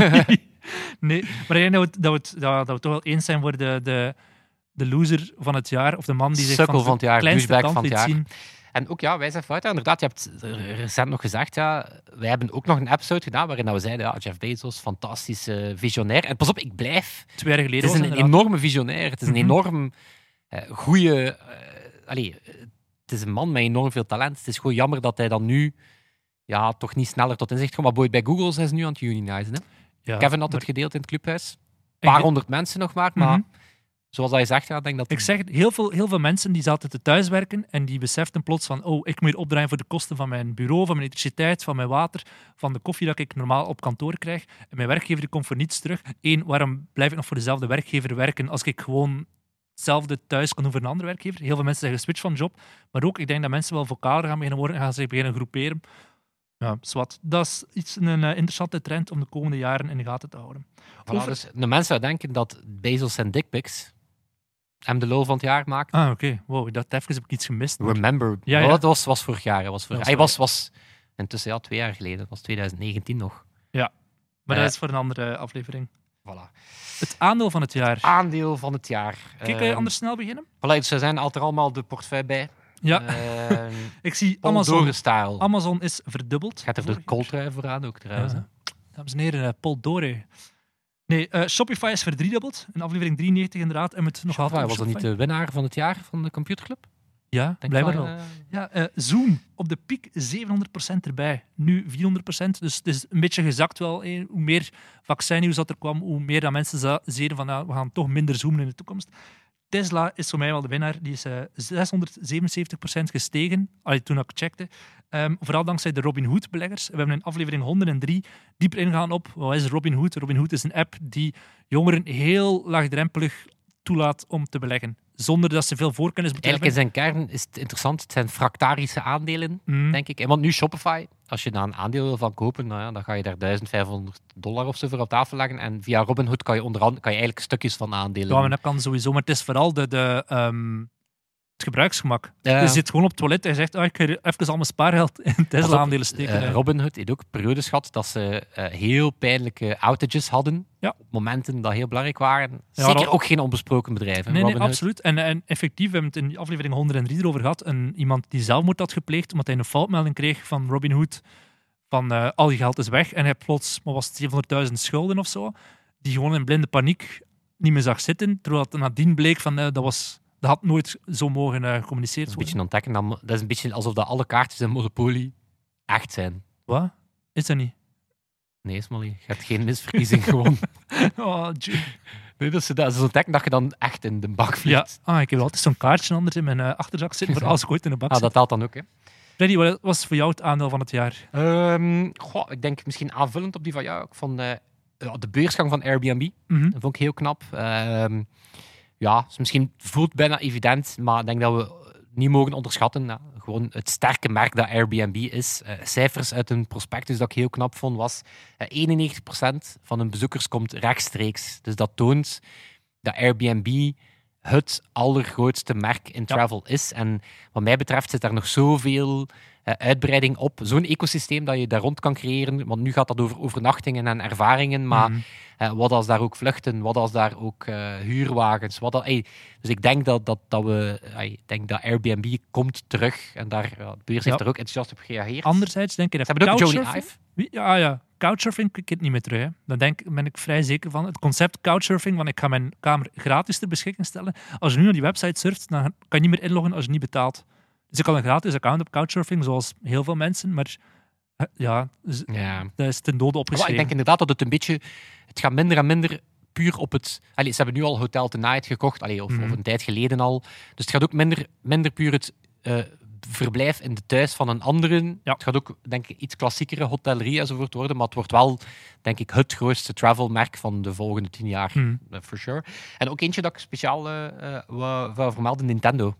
Nee, maar ik denk dat we, het- dat, we het, dat, dat we toch wel eens zijn voor de, de, de loser van het jaar, of de man die zich Sukkel van, van het jaar, kleinste douchebag kant van het liet jaar. zien. En ook ja, wij zijn fout. Inderdaad, je hebt recent nog gezegd, ja, wij hebben ook nog een episode gedaan waarin we zeiden, ja, Jeff Bezos, fantastische visionair. En pas op, ik blijf. Twee jaar Het geleden is was een het inderdaad. enorme visionair. Het is een Mhm. enorm uh, goede. Uh, allee, uh, het is een man met enorm veel talent. Het is gewoon jammer dat hij dan nu ja, toch niet sneller tot inzicht komt. Maar boy, bij Google zijn ze nu aan het unionizen. Hè? Ja, Kevin had maar het gedeeld in het clubhuis. ik- Een paar honderd mensen nog maar. Maar Mhm. zoals hij zegt, ja, ik denk dat. Ik zeg het, heel veel, heel veel mensen die zaten te thuiswerken en die beseften plots van oh, ik moet hier opdraaien voor de kosten van mijn bureau, van mijn elektriciteit, van mijn water, van de koffie dat ik normaal op kantoor krijg. En mijn werkgever die komt voor niets terug. Eén, waarom blijf ik nog voor dezelfde werkgever werken als ik gewoon hetzelfde thuis kan doen voor een andere werkgever? Heel veel mensen zeggen switch van job. Maar ook, ik denk dat mensen wel vocaler gaan beginnen worden en gaan zich beginnen groeperen. Ja, zwart. Dat is iets, een uh, interessante trend om de komende jaren in de gaten te houden. Voilà, Over- dus de mensen zouden denken dat Bezos zijn dickpics hem de lul van het jaar maakt. Ah, oké. Wow, ik dacht even heb ik iets gemist. maar- Remember. Ja, ja. Dat was, was vorig jaar. Hè, was vorig... Dat Hij was was, was intussen ja, twee jaar geleden. Dat was twintig negentien nog. Maar Eh, dat is voor een andere aflevering. Voilà. Het aandeel van het jaar. Aandeel van het jaar. Kijk, kan je Ehm, anders snel beginnen? Voilà, dus er zijn altijd allemaal de portefeuille bij. Ja, Ehm, ik zie Amazon. Amazon-style. Amazon is verdubbeld. Gaat er de Vorig jaar. kooltrui vooraan ook trouwens. Ja. hè? Dames en heren, uh, Paul Dore. Nee, eh, Shopify is verdriedubbeld. In aflevering drieënnegentig inderdaad. En het nog Shopify, altijd was op dat niet Shopify. de winnaar van het jaar van de Computerclub? Ja, Denk blijkbaar van, wel. eh, Ja, eh, Zoom op de piek zevenhonderd procent erbij. Nu vierhonderd procent. Dus het is een beetje gezakt wel. eh. Hoe meer vaccinnieuws dat er kwam, hoe meer dat mensen za- zeiden van nou, we gaan toch minder zoomen in de toekomst. Tesla is voor mij wel de winnaar. Die is eh, zeshonderdzevenenzeventig procent gestegen, allee, toen ik checkte. Ehm, vooral dankzij de Robinhood-beleggers. We hebben in aflevering honderddrie dieper ingegaan op wat is Robinhood. Robinhood is een app die jongeren heel laagdrempelig toelaat om te beleggen. Zonder dat ze veel voorkennis moeten Eigenlijk in hebben. zijn kern is het interessant. Het zijn fractarische aandelen, Mm. denk ik. En want nu Shopify, als je daar een aandeel wil van kopen, nou ja, dan ga je daar duizendvijfhonderd dollar of zo voor op tafel leggen. En via Robinhood kan je, onder andere, kan je eigenlijk stukjes van aandelen Ja, maar doen. dat kan sowieso. Maar het is vooral de, de, ehm, het gebruiksgemak. Ja. Je zit gewoon op het toilet en je zegt, ah, ik ga hier even al mijn spaargeld in Pas op, Tesla-aandelen steken. eh, Robinhood heeft ook periodes gehad dat ze eh, heel pijnlijke outages hadden. Ja. Op momenten dat heel belangrijk waren. Ja, Zeker dat- ook geen onbesproken bedrijf. hè, Nee, nee, Robinhood. absoluut. En, en effectief, we hebben het in aflevering honderddrie erover gehad. Een, iemand die zelfmoord had gepleegd, omdat hij een foutmelding kreeg van Robinhood. Van eh, al je geld is weg. En hij plots, wat was het, zevenhonderdduizend schulden of zo. Die gewoon in blinde paniek niet meer zag zitten. Terwijl het nadien bleek van, eh, dat, was, dat had nooit zo mogen eh, gecommuniceerd Dat is een worden. beetje ontdekken. Dat, dat is een beetje alsof dat alle kaartjes in Monopoly echt zijn. Wat? Is dat niet? Nee, Smolly, je hebt geen misverkiezing gewoon. Oh, ju- Nee, dat is, dat is ontdekken dat je dan echt in de bak ja. vliegt. Ah, ik heb altijd zo'n kaartje anders in mijn eh, achterzak zitten voor als ik ooit in de bak Ah, zit. dat telt dan ook, hè. Freddy, wat was voor jou het aandeel van het jaar? Ehm, goh, ik denk misschien aanvullend op die van jou. Ik vond eh, ja, de beursgang van Airbnb. Mhm. Dat vond ik heel knap. Ehm, ja, is misschien voelt bijna evident, maar ik denk dat we niet mogen onderschatten. Ja, gewoon het sterke merk dat Airbnb is. Eh, cijfers uit een prospectus dat ik heel knap vond, was eh, eenennegentig procent van hun bezoekers komt rechtstreeks. Dus dat toont dat Airbnb het allergrootste merk in Ja. travel is. En wat mij betreft zit daar nog zoveel eh, uitbreiding op. Zo'n ecosysteem dat je daar rond kan creëren. Want nu gaat dat over overnachtingen en ervaringen, maar Mhm. eh, wat als daar ook vluchten, wat als daar ook eh, huurwagens. Wat als, ey, dus ik denk dat, dat, dat we, ey, ik denk dat Airbnb komt terug. En daar, ja, de beurs heeft Ja. er ook enthousiast op gereageerd. Anderzijds denk ik Ze dat hebben ook Johnny Couchsurfing- Ive. Wie? Ja, ja. Couchsurfing kijk ik het niet meer terug. Hè. Daar denk, ben ik vrij zeker van. Het concept Couchsurfing, want ik ga mijn kamer gratis ter beschikking stellen. Als je nu naar die website surft, dan kan je niet meer inloggen als je niet betaalt. Dus ik had een gratis account op Couchsurfing, zoals heel veel mensen. Maar eh, ja, z- Ja. dat is ten dode Maar opgeschreven. ik denk inderdaad dat het een beetje... Het gaat minder en minder puur op het... Allee, ze hebben nu al Hotel Tonight gekocht, allee, of, Mhm. of een tijd geleden al. Dus het gaat ook minder, minder puur het eh, verblijf in de thuis van een andere. Ja. Het gaat ook, denk ik, iets klassiekere hotellerie enzovoort worden, maar het wordt wel, denk ik, het grootste travelmerk van de volgende tien jaar. Mhm. Uh, for sure. En ook eentje dat ik speciaal uh, uh, wou, wou vermelden, Nintendo.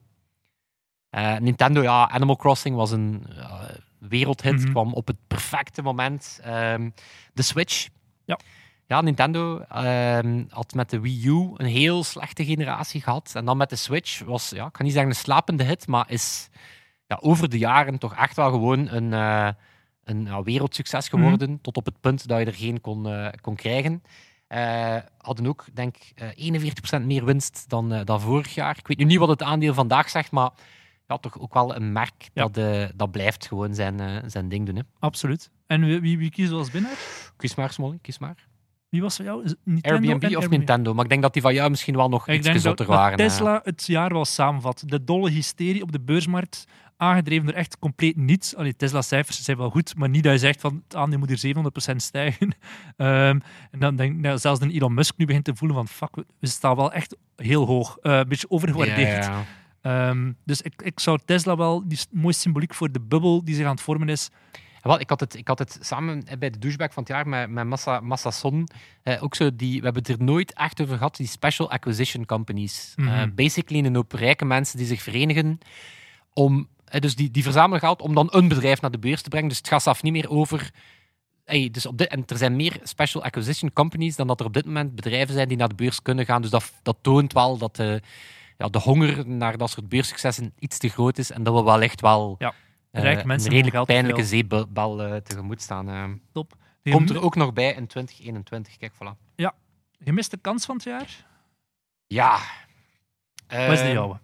Uh, Nintendo, ja, Animal Crossing was een uh, wereldhit, Mhm. kwam op het perfecte moment. Um, de Switch. Ja. Ja, Nintendo um, had met de Wii U een heel slechte generatie gehad. En dan met de Switch was, ja, ik kan niet zeggen een slapende hit, maar is ja, over de jaren toch echt wel gewoon een, uh, een ja, wereldsucces geworden. Mm-hmm. Tot op het punt dat je er geen kon, uh, kon krijgen. Uh, hadden ook, denk ik, uh, eenenveertig procent meer winst dan, uh, dan vorig jaar. Ik weet nu niet wat het aandeel vandaag zegt, maar ja, toch ook wel een merk ja. dat, uh, dat blijft gewoon zijn, uh, zijn ding doen. Hè. Absoluut. En wie, wie, wie kiest als winnaar? Kies maar, Smolly, kies maar. Wie was van jou? Nintendo Airbnb of Airbnb? Nintendo? Maar ik denk dat die van jou misschien wel nog ik iets zotter dat, waren. Dat Tesla het jaar wel samenvat. De dolle hysterie op de beursmarkt, aangedreven door echt compleet niets. Allee, Tesla-cijfers zijn wel goed, maar niet dat je zegt van het aandeel moet hier zevenhonderd procent stijgen. Um, en dan denk ik dat zelfs de Elon Musk nu begint te voelen van fuck, we staan wel echt heel hoog. Uh, een beetje overgewaardeerd. Ja, ja. Um, dus ik, ik zou Tesla wel, die mooie symboliek voor de bubbel die zich aan het vormen is. Wel, ik, had het, ik had het samen bij de douchebag van het jaar met, met Massa, Massa Son. Eh, ook zo die, we hebben het er nooit echt over gehad, die special acquisition companies. Mm-hmm. Uh, basically een hoop rijke mensen die zich verenigen om... Eh, dus die, die verzamelen geld om dan een bedrijf naar de beurs te brengen. Dus het gaat zelf niet meer over... Hey, dus op dit, en er zijn meer special acquisition companies dan dat er op dit moment bedrijven zijn die naar de beurs kunnen gaan. Dus dat, dat toont wel dat de, ja, de honger naar dat soort beurssuccessen iets te groot is en dat we wellicht wel... Ja. Uh, Rijke mensen een redelijk geld pijnlijke zeebal uh, tegemoet staan. Uh. Top. Komt er ook nog bij in twintig eenentwintig. Kijk, voilà. Ja. Gemiste kans van het jaar? Ja. Uh, Wat is de jouwe?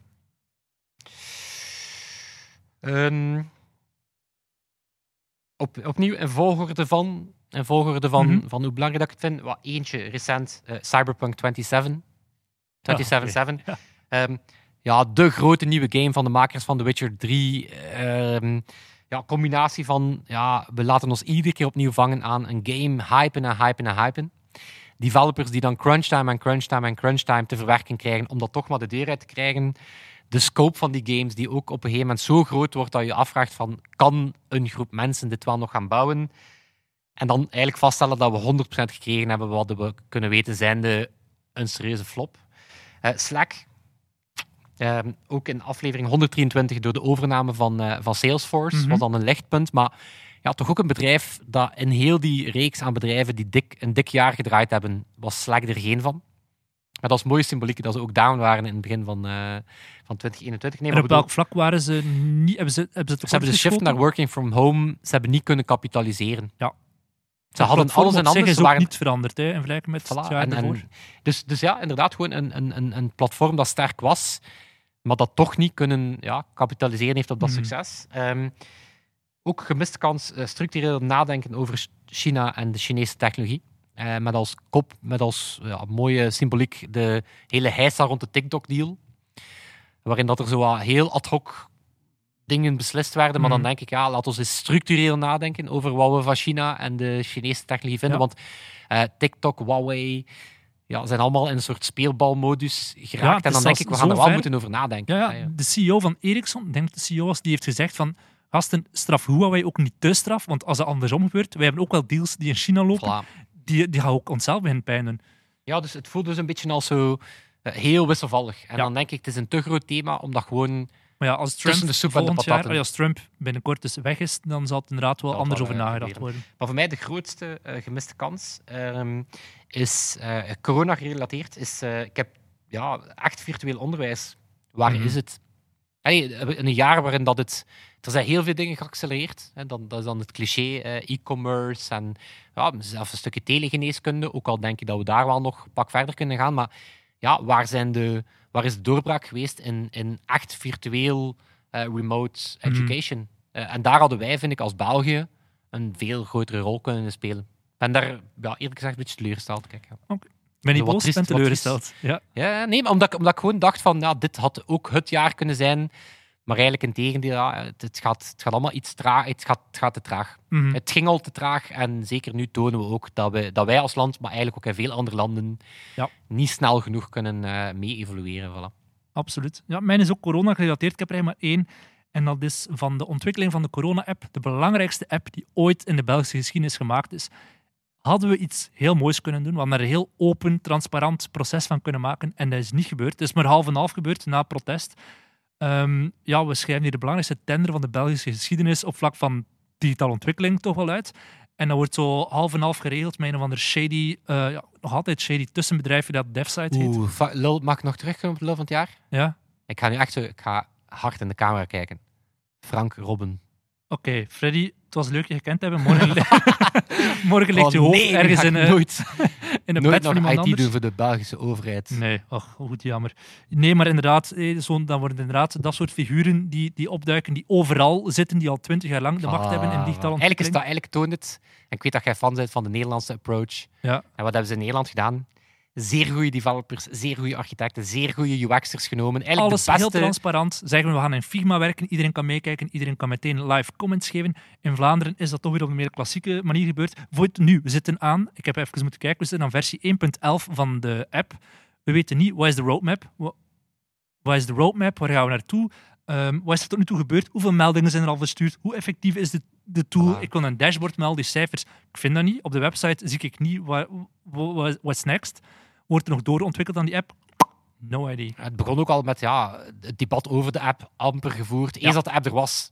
Um, op, opnieuw een volgorde van, een volgorde van, mm-hmm. van hoe belangrijk dat ik het vind. Wat eentje recent, uh, Cyberpunk zevenentwintig zevenenzeventig. Oh, okay. ja. Um, Ja, de grote nieuwe game van de makers van The Witcher drie. Um, ja, combinatie van, ja, we laten ons iedere keer opnieuw vangen aan een game, hypen en hypen en hypen. Developers die dan crunchtime en crunchtime en crunchtime te verwerken krijgen om dat toch maar de deur uit te krijgen. De scope van die games die ook op een gegeven moment zo groot wordt dat je afvraagt van, kan een groep mensen dit wel nog gaan bouwen? En dan eigenlijk vaststellen dat we honderd procent gekregen hebben wat we kunnen weten zijnde een serieuze flop. Uh, Slack, uh, ook in aflevering honderddrieëntwintig door de overname van, uh, van Salesforce, Mhm. was dan een lichtpunt. Maar ja, toch ook een bedrijf dat in heel die reeks aan bedrijven die dik, een dik jaar gedraaid hebben, was Slack er geen van. Maar dat is mooie symboliek dat ze ook down waren in het begin van, uh, van twintig eenentwintig. Nee, En maar op bedoel, welk vlak waren ze niet... Hebben ze, hebben ze, ze hebben de shift naar working from home, ze hebben niet kunnen kapitaliseren. Ja. Ze hadden alles en alles. is Ze ook waren... niet veranderd hè, in vergelijking met Voilà, het jaar en, daarvoor. en, dus, dus ja, inderdaad gewoon een, een, een, een platform dat sterk was, maar dat toch niet kunnen ja, kapitaliseren heeft op dat Mhm. succes. Um, ook gemiste kans uh, structureel nadenken over China en de Chinese technologie. Uh, met als kop, met als ja, mooie symboliek de hele heisa rond de TikTok-deal. Waarin dat er zo wat heel ad hoc dingen beslist werden. Maar dan Mhm. denk ik, ja, laten we eens structureel nadenken over wat we van China en de Chinese technologie vinden. Ja. Want uh, TikTok, Huawei, ja, zijn allemaal in een soort speelbalmodus Ja, geraakt. het en is dan denk ik, we zelfs gaan er wel zo ver. moeten over nadenken. Ja, Ah, ja, de C E O van Ericsson, ik denk dat de C E O was, die heeft gezegd van gasten, straf Huawei ook niet te straf, want als het andersom gebeurt, wij hebben ook wel deals die in China lopen, Voilà. die, die gaan ook onszelf beginnen pijn doen. Ja, dus het voelt dus een beetje als zo uh, heel wisselvallig. En Ja. dan denk ik, het is een te groot thema, omdat gewoon... Maar ja, als Trump Tussen de soep en de volgend jaar, patatten. als Trump binnenkort dus weg is, dan zal het inderdaad wel Zal het anders wel, over eh, nagedacht gebeuren. worden. Maar voor mij de grootste uh, gemiste kans um, is uh, corona gerelateerd. Is, uh, ik heb ja, echt virtueel onderwijs. Waar Mhm. is het? Hey, in een jaar waarin dat het... Er zijn heel veel dingen geaccelereerd. Hè. Dan, dat is dan het cliché, uh, e-commerce en ja, zelfs een stukje telegeneeskunde. Ook al denk ik dat we daar wel nog een pak verder kunnen gaan. Maar ja, waar, zijn de, waar is de doorbraak geweest in, in echt virtueel uh, remote education? Uh, en daar hadden wij, vind ik, als België een veel grotere rol kunnen spelen. Ik ben daar ja, eerlijk gezegd een beetje teleurgesteld. Kijk, ja. Ik ben niet Wat boos, ik triest, ben wat triest. teleurgesteld. Ja. Ja, nee, maar omdat, ik- omdat ik gewoon dacht van, ja, dit had ook het jaar kunnen zijn. Maar eigenlijk in tegendeel, ja, het, het, gaat, het gaat allemaal iets traag. Het gaat, het gaat te traag. Mhm. Het ging al te traag en zeker nu tonen we ook dat, we, dat wij als land, maar eigenlijk ook in veel andere landen, Ja. niet snel genoeg kunnen uh, mee evolueren. Voilà. Absoluut. Ja, mijn is ook corona gerelateerd. Ik heb er eigenlijk maar één. En dat is van de ontwikkeling van de corona-app, de belangrijkste app die ooit in de Belgische geschiedenis gemaakt is. Hadden we iets heel moois kunnen doen. We hadden er een heel open, transparant proces van kunnen maken. En dat is niet gebeurd. Het is maar half en half gebeurd na protest. Um, ja, we schrijven hier de belangrijkste tender van de Belgische geschiedenis op vlak van digitale ontwikkeling toch wel uit. En dat wordt zo half en half geregeld met een of ander shady, uh, ja, nog altijd shady tussenbedrijf dat DevSite heet. Oeh, va- Lul, mag ik nog terugkomen op de lul van het jaar? Ja? Ik ga nu echt zo, ik ga hard in de camera kijken. Frank Robben. Oké, okay, Freddy, het was leuk je gekend te hebben. Morgen, li- Morgen ligt Oh, je hoofd nee, ergens ga ik in, uh, nooit, in een nooit bed van nog iemand I T anders. doen voor de Belgische overheid. Nee, ach, goed jammer. Nee, maar inderdaad, eh, zo, dan worden inderdaad dat soort figuren die, die opduiken, die overal zitten, die al twintig jaar lang de macht Ah, hebben in digitale Eigenlijk is ontwikkeling. dat, eigenlijk toont het, en ik weet dat jij fan bent van de Nederlandse approach. Ja. En wat hebben ze in Nederland gedaan? Zeer goede developers, zeer goede architecten, zeer goede U X'ers genomen. Eigenlijk Alles de beste... heel transparant. Zeggen we, we gaan in Figma werken, iedereen kan meekijken, iedereen kan meteen live comments geven. In Vlaanderen is dat toch weer op een meer klassieke manier gebeurd. Voor het nu, we zitten aan, ik heb even moeten kijken, we zitten aan versie één punt elf van de app. We weten niet, wat is de roadmap? Wat, wat is de roadmap? Waar gaan we naartoe? Um, wat is er tot nu toe gebeurd? Hoeveel meldingen zijn er al verstuurd? Hoe effectief is de, de tool? Voilà. Ik wil een dashboard melden, die cijfers. Ik vind dat niet. Op de website zie ik niet, wat, wat, what's next? Wordt er nog doorontwikkeld aan die app? No idea. Het begon ook al met ja, het debat over de app, amper gevoerd. Eens Ja. dat de app er was,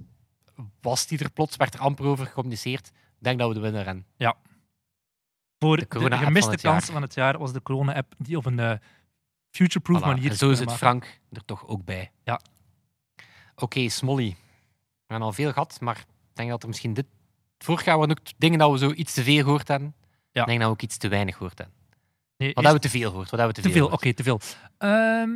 was die er plots, werd er amper over gecommuniceerd. Ik denk dat we de winnaar hebben. Voor De de, corona-app gemiste van het kans jaar. van het jaar was de corona-app die op een uh, future-proof Voilà. manier En zo is te het maken. Frank er toch ook bij. Ja. Oké, okay, Smolly. We hebben al veel gehad, maar ik denk dat er misschien dit... Vorig jaar waren ook dingen dat we zo iets te veel gehoord hebben. Ja. Ik denk dat we ook iets te weinig gehoord hebben. Nee, Wat eerst- hebben we te veel gehoord? Wat hebben we te, Te veel, gehoord? oké, te veel. Ehm,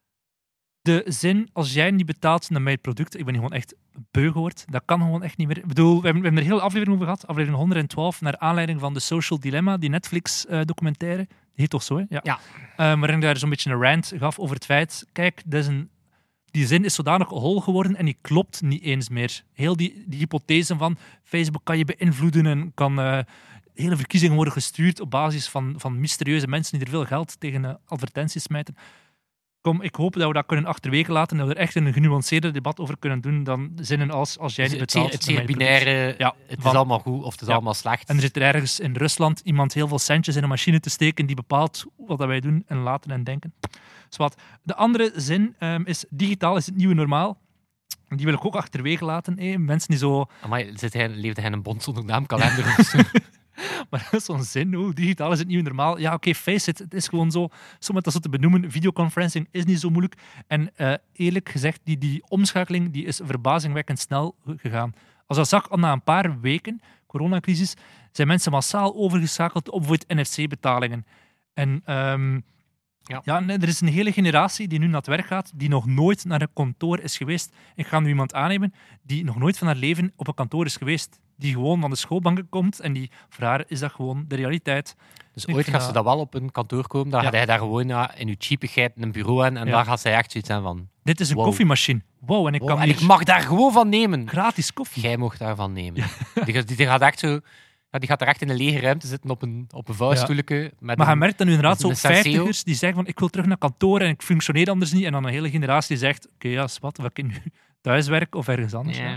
de zin, als jij niet betaalt naar mijn product, ik ben gewoon echt beu geworden. Dat kan gewoon echt niet meer. Ik bedoel, we hebben, we hebben er een hele aflevering over gehad, aflevering honderdtwaalf, naar aanleiding van de Social Dilemma, die Netflix-documentaire. die heet toch zo, hè? Ja. Ja. Ehm, waarin ik daar zo'n beetje een rant gaf over het feit, kijk, dat is een, die zin is zodanig hol geworden en die klopt niet eens meer. Heel die, die hypothese van Facebook kan je beïnvloeden en kan... eh, hele verkiezingen worden gestuurd op basis van, van mysterieuze mensen die er veel geld tegen uh, advertenties smijten. kom, ik hoop dat we dat kunnen achterwege laten, dat we er echt een genuanceerder debat over kunnen doen dan zinnen als als jij Dus niet het zeer, betaalt... het dan zeer mijn product. binaire, Ja, het van- is allemaal goed of het is Ja. allemaal slecht. En er zit er ergens in Rusland iemand heel veel centjes in een machine te steken die bepaalt wat dat wij doen en laten en denken. Zwat. De andere zin um, is digitaal is het nieuwe normaal. Die wil ik ook achterwege laten. Hé. Mensen die zo... Amai, zit hij, leefde hij in een bond zonder naamkalender of zo? Maar dat is zo'n zin, oh, digitaal is het nieuwe normaal. Ja, oké, okay, face it, het is gewoon zo. Zo met dat zo te benoemen, videoconferencing is niet zo moeilijk. En uh, eerlijk gezegd, die, die omschakeling die is verbazingwekkend snel gegaan. Als dat zag, al na een paar weken, coronacrisis, zijn mensen massaal overgeschakeld op bijvoorbeeld N F C-betalingen. En um, ja. Ja, nee, er is een hele generatie die nu naar het werk gaat, die nog nooit naar een kantoor is geweest. Ik ga nu iemand aannemen die nog nooit van haar leven op een kantoor is geweest. Die gewoon van de schoolbanken komt en die, voor haar is dat gewoon de realiteit. Dus ooit gaat ze dat wel op een kantoor komen, dan ja. gaat hij daar gewoon ja, in uw cheapigheid een bureau aan en ja. daar gaat zij echt zoiets aan van... Dit is een wow. koffiemachine. Wow, en ik, wow, kan en ik mag daar gewoon van nemen. Gratis koffie. Jij mocht daarvan nemen. Ja. Die, die, die gaat echt zo... Ja, die gaat er echt in een lege ruimte zitten op een, op een vouwstoelje. Ja. Maar je merkt dan nu inderdaad zo Senseo. vijftigers die zeggen van ik wil terug naar kantoor en ik functioneer anders niet. En dan een hele generatie die zegt, oké, okay, ja, wat, wat kan nu thuiswerken of ergens anders. Ja. Ja.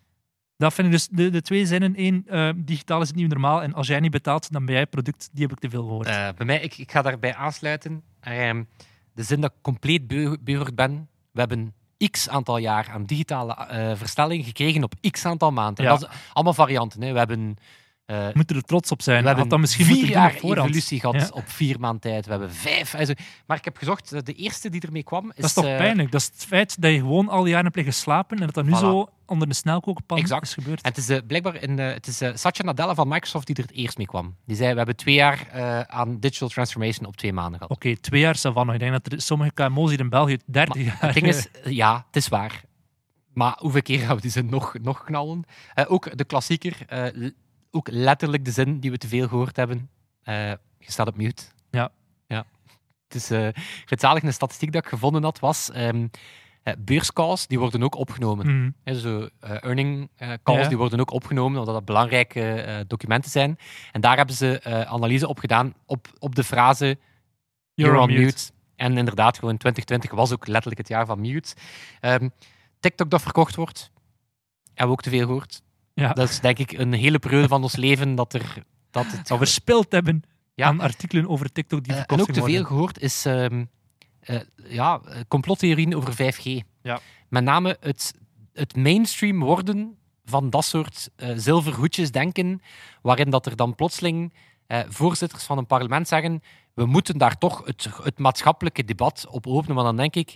Dat vind ik dus de, de twee zinnen. Eén, uh, digitaal is het nieuwe normaal. En als jij niet betaalt, dan ben jij het product. Die heb ik te veel gehoord. Uh, bij mij, ik, ik ga daarbij aansluiten. Uh, de zin dat ik compleet beu- ben. We hebben x aantal jaar aan digitale uh, verstelling gekregen op x aantal maanden. Ja. Dat is allemaal varianten. Hè. We hebben... Uh, we moeten er trots op zijn. We hebben dan misschien vier jaar doen evolutie gehad ja. op vier maanden tijd. We hebben vijf. Also, maar ik heb gezocht, de eerste die ermee kwam... Is, dat is toch uh, pijnlijk? Dat is het feit dat je gewoon al die jaren hebt liggen slapen en dat dat nu voilà. zo onder de snelkookpan exact. is gebeurd. En het is uh, blijkbaar in, uh, het is, uh, Satya Nadella van Microsoft die er het eerst mee kwam. Die zei, we hebben twee jaar uh, aan digital transformation op twee maanden gehad. Oké, okay, twee jaar savan. Ik denk dat er sommige K M O's hier in België dertig maar jaar... Het ding is, ja, het is waar. Maar hoeveel keer gaan we die zin nog, nog knallen? Uh, ook de klassieker... Uh, Ook letterlijk de zin die we te veel gehoord hebben. Uh, je staat op mute. Ja. ja. Het is, uh, ik vind het zalig, een statistiek dat ik gevonden had, was... Um, uh, beurscalls, die worden ook opgenomen. Mm. He, zo, uh, earning uh, calls, ja. die worden ook opgenomen, omdat dat belangrijke uh, documenten zijn. En daar hebben ze uh, analyse op gedaan, op, op de frase... You're, You're on mute. mute. En inderdaad, gewoon twintig twintig was ook letterlijk het jaar van mute. Um, TikTok dat verkocht wordt, hebben we ook te veel gehoord. Ja. Dat is denk ik een hele periode van ons leven dat, er, dat het... Dat we verspild hebben ja. aan artikelen over TikTok die uh, verkocht worden. En ook te veel gehoord is um, uh, ja, complottheorieën over vijf G. Ja. Met name het, het mainstream worden van dat soort uh, zilverhoedjes denken, waarin dat er dan plotseling uh, voorzitters van een parlement zeggen we moeten daar toch het, het maatschappelijke debat op openen. Maar dan denk ik,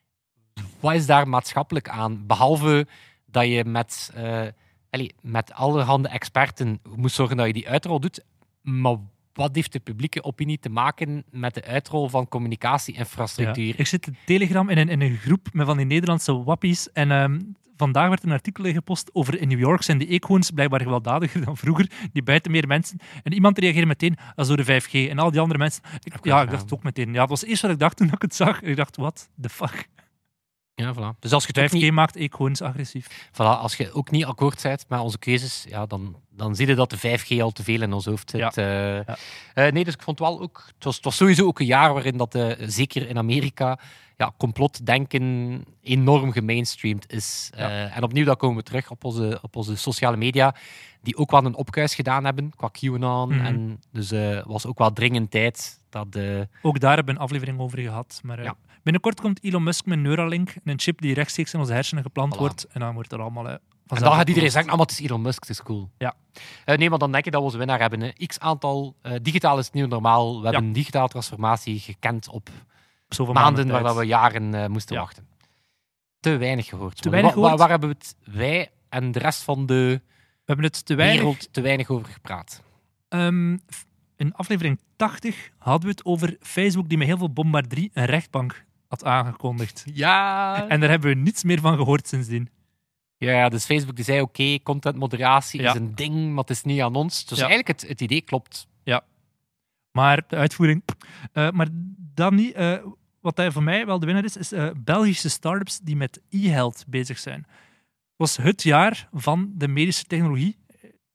wat is daar maatschappelijk aan? Behalve dat je met... Uh, Allee, met allerhande experten moet zorgen dat je die uitrol doet. Maar wat heeft de publieke opinie te maken met de uitrol van communicatie-infrastructuur? Ja. Ik zit in Telegram in een, in een groep met van die Nederlandse wappies. En um, vandaag werd een artikel gepost over in New York zijn de eekhoorns blijkbaar gewelddadiger dan vroeger. Die bijten meer mensen. En iemand reageerde meteen, dat is door de vijf G. En al die andere mensen... Ik, ja, ik dacht het ook meteen. Ja, dat was eerst wat ik dacht toen ik het zag. Ik dacht, wat the fuck? Ja, voilà. Dus als je vijf G niet... maakt eekhoorns agressief. Voilà, als je ook niet akkoord bent met onze keuzes, ja, dan, dan zie je dat de vijf G al te veel in ons hoofd zit. Ja. Uh, ja. uh, nee, dus ik vond wel ook... Het was, het was sowieso ook een jaar waarin dat, uh, zeker in Amerika, ja, complotdenken enorm gemainstreamd is. Uh, ja. En opnieuw, dan komen we terug op onze, op onze sociale media, die ook wel een opkuis gedaan hebben qua QAnon. Mm-hmm. En dus het uh, was ook wel dringend tijd dat... Uh... Ook daar hebben we een aflevering over gehad. Maar uh, ja. binnenkort komt Elon Musk met Neuralink, een chip die rechtstreeks in onze hersenen geplant voilà. wordt. En dan wordt er allemaal... Uh, en dan gaat iedereen zeggen, oh, maar het is Elon Musk, het is cool. Ja. Uh, nee, maar dan denk ik dat we onze winnaar hebben. Hè. X aantal, uh, digitaal is het nieuw normaal. We ja. hebben een digitale transformatie gekend op Zoveel maanden, maanden waar we jaren uh, moesten ja. wachten. Te weinig gehoord. Te weinig waar, waar, waar hebben we het, wij en de rest van de we hebben het te weinig, wereld te weinig over gepraat? Um, in aflevering tachtig hadden we het over Facebook die met heel veel bombardie een rechtbank had aangekondigd. Ja. En daar hebben we niets meer van gehoord sindsdien. Ja, dus Facebook die zei oké, okay, contentmoderatie ja. is een ding, maar het is niet aan ons. Dus ja. eigenlijk het, het idee klopt. Ja. Maar de uitvoering... Uh, maar dan niet... Uh, wat voor mij wel de winnaar is, is uh, Belgische start-ups die met e-health bezig zijn. Het was het jaar van de medische technologie.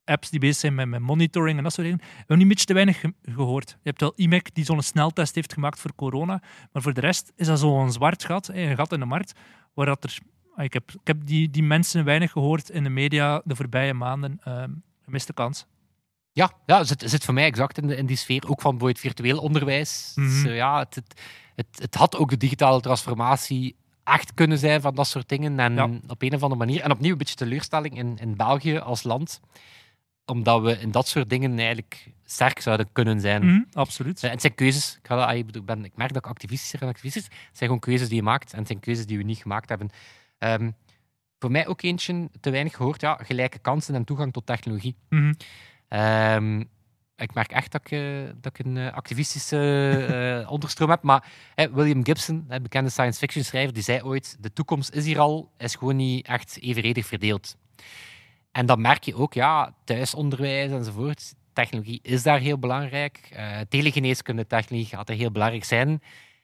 apps die bezig zijn met, met monitoring en dat soort dingen. We hebben niet een beetje te weinig ge- gehoord. Je hebt wel I M E C die zo'n sneltest heeft gemaakt voor corona, maar voor de rest is dat zo'n zwart gat, een gat in de markt, waar dat er... Ik heb, ik heb die, die mensen weinig gehoord in de media de voorbije maanden. Uh, gemiste kans. Ja, ja zit, zit voor mij exact in, de, in die sfeer. Ook van bijvoorbeeld virtueel onderwijs. Mm-hmm. Dus, uh, ja, het, het, het, het had ook de digitale transformatie echt kunnen zijn van dat soort dingen. En ja. op een of andere manier. En opnieuw een beetje teleurstelling in, in België als land. Omdat we in dat soort dingen eigenlijk sterk zouden kunnen zijn. Mm-hmm, absoluut. Uh, en het zijn keuzes. Ik, ga, ik, bedoel, ik, ben, ik merk dat ik activistischer en activistisch. Het zijn gewoon keuzes die je maakt. En het zijn keuzes die we niet gemaakt hebben. Um, voor mij ook eentje te weinig gehoord. Ja, gelijke kansen en toegang tot technologie. Mm-hmm. Um, ik merk echt dat ik, uh, dat ik een uh, activistische uh, onderstroom heb. Maar hey, William Gibson, een bekende science fiction schrijver, die zei ooit: de toekomst is hier al, is gewoon niet echt evenredig verdeeld. En dan merk je ook, ja, thuisonderwijs enzovoort. Technologie is daar heel belangrijk. Uh, telegeneeskunde technologie gaat er heel belangrijk zijn.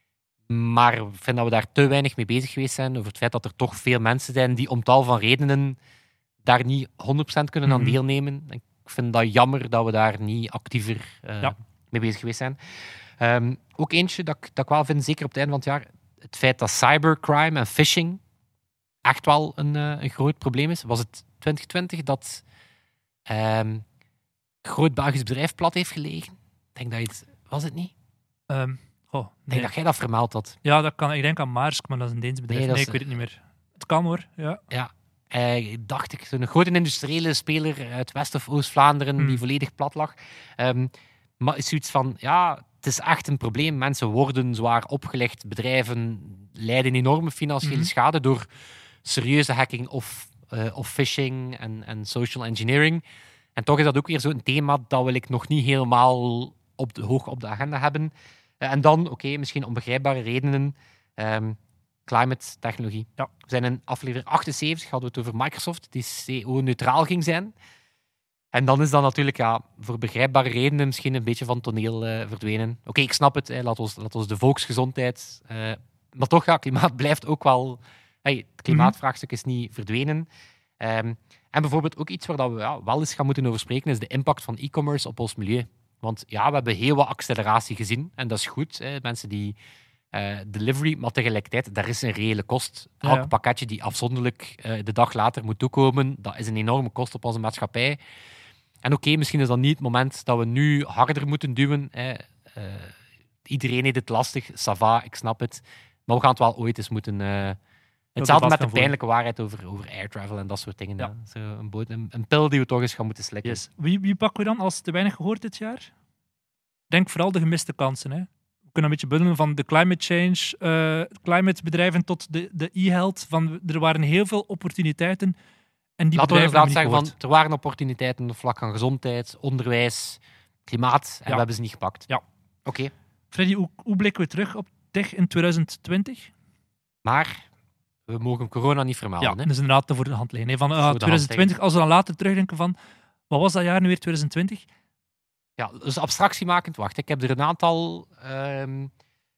Maar ik vind dat we daar te weinig mee bezig geweest zijn over het feit dat er toch veel mensen zijn die om tal van redenen daar niet honderd procent kunnen aan deelnemen. Ik vind dat jammer dat we daar niet actiever uh, ja. mee bezig geweest zijn. Um, ook eentje dat ik, dat ik wel vind, zeker op het einde van het jaar, het feit dat cybercrime en phishing echt wel een, uh, een groot probleem is. Was het twintig twintig dat um, een groot Belgisch bedrijf plat heeft gelegen? Ik denk dat je het... Was het niet? Um, oh, nee. Ik denk dat jij dat vermeld had. Ja, dat kan. Ik denk aan Maersk, maar dat is een Deens bedrijf. Nee, nee is, ik weet het niet meer. Het kan hoor, ja. Ja. Uh, dacht ik, zo'n grote industriële speler uit West- of Oost-Vlaanderen hmm. die volledig plat lag. Um, maar is zoiets van, ja, het is echt een probleem. Mensen worden zwaar opgelegd. Bedrijven lijden enorme financiële hmm. schade door serieuze hacking of, uh, of phishing en, en social engineering. En toch is dat ook weer zo'n thema dat wil ik nog niet helemaal op de, hoog op de agenda hebben. Uh, en dan, oké, okay, misschien om begrijpbare redenen... Um, climate technologie. Ja. We zijn in aflevering achtenzeventig, hadden we het over Microsoft, die C O-neutraal ging zijn. En dan is dat natuurlijk ja, voor begrijpbare redenen misschien een beetje van toneel uh, verdwenen. Oké, okay, ik snap het, hè, laat, ons, laat ons de volksgezondheid... Uh, maar toch, ja, klimaat blijft ook wel... Hey, het klimaatvraagstuk is niet verdwenen. Um, en bijvoorbeeld ook iets waar dat we ja, wel eens gaan moeten over spreken, is de impact van e-commerce op ons milieu. Want ja, we hebben heel wat acceleratie gezien, en dat is goed. Hè, mensen die... Uh, delivery, maar tegelijkertijd, daar is een reële kost. Elk ja, ja. pakketje die afzonderlijk uh, de dag later moet toekomen, dat is een enorme kost op onze maatschappij. En oké, okay, misschien is dat niet het moment dat we nu harder moeten duwen. Hè. Uh, iedereen heeft het lastig, ça va, ik snap het. Maar we gaan het wel ooit eens moeten... Uh, hetzelfde met de pijnlijke waarheid over, over air travel en dat soort dingen. Ja. Zo een, boot, een, een pil die we toch eens gaan moeten slikken. Yes. Wie, wie pakken we dan als te weinig gehoord dit jaar? Denk vooral de gemiste kansen, hè. We kunnen een beetje bundelen van de climate change, uh, climatebedrijven tot de, de e-health. Van, er waren heel veel opportuniteiten. En die Laten we inderdaad zeggen, van, er waren opportuniteiten op het vlak van gezondheid, onderwijs, klimaat, en ja. we hebben ze niet gepakt. Ja. Oké. Okay. Freddy, hoe, hoe blikken we terug op tech in twintig twintig? Maar we mogen corona niet vermelden. Ja, hè? dat is inderdaad voor de hand liggen. Hè. Van uh, twintig twintig, als we dan later terugdenken van, wat was dat jaar nu weer, twintig twintig? Ja, dus abstractiemakend. Wacht, ik heb er een aantal. Um,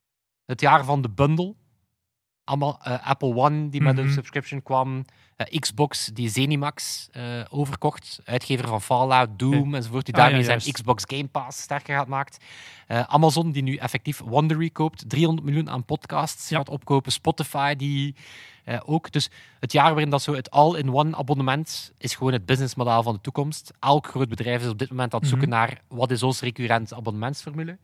het jaar van de bundle. Allemaal uh, Apple One, die met mm-hmm. een subscription kwam. Uh, Xbox, die Zenimax uh, overkocht. Uitgever van Fallout, Doom okay. enzovoort. Die daarmee ah, ja, zijn Xbox Game Pass sterker gaat maakt. Uh, Amazon, die nu effectief Wondery koopt. driehonderd miljoen aan podcasts ja. gaat opkopen. Spotify, die uh, ook. Dus het jaar waarin dat zo het all-in-one abonnement is gewoon het businessmodel van de toekomst. Elk groot bedrijf is op dit moment aan het zoeken mm-hmm. naar wat is ons recurrent abonnementsformule.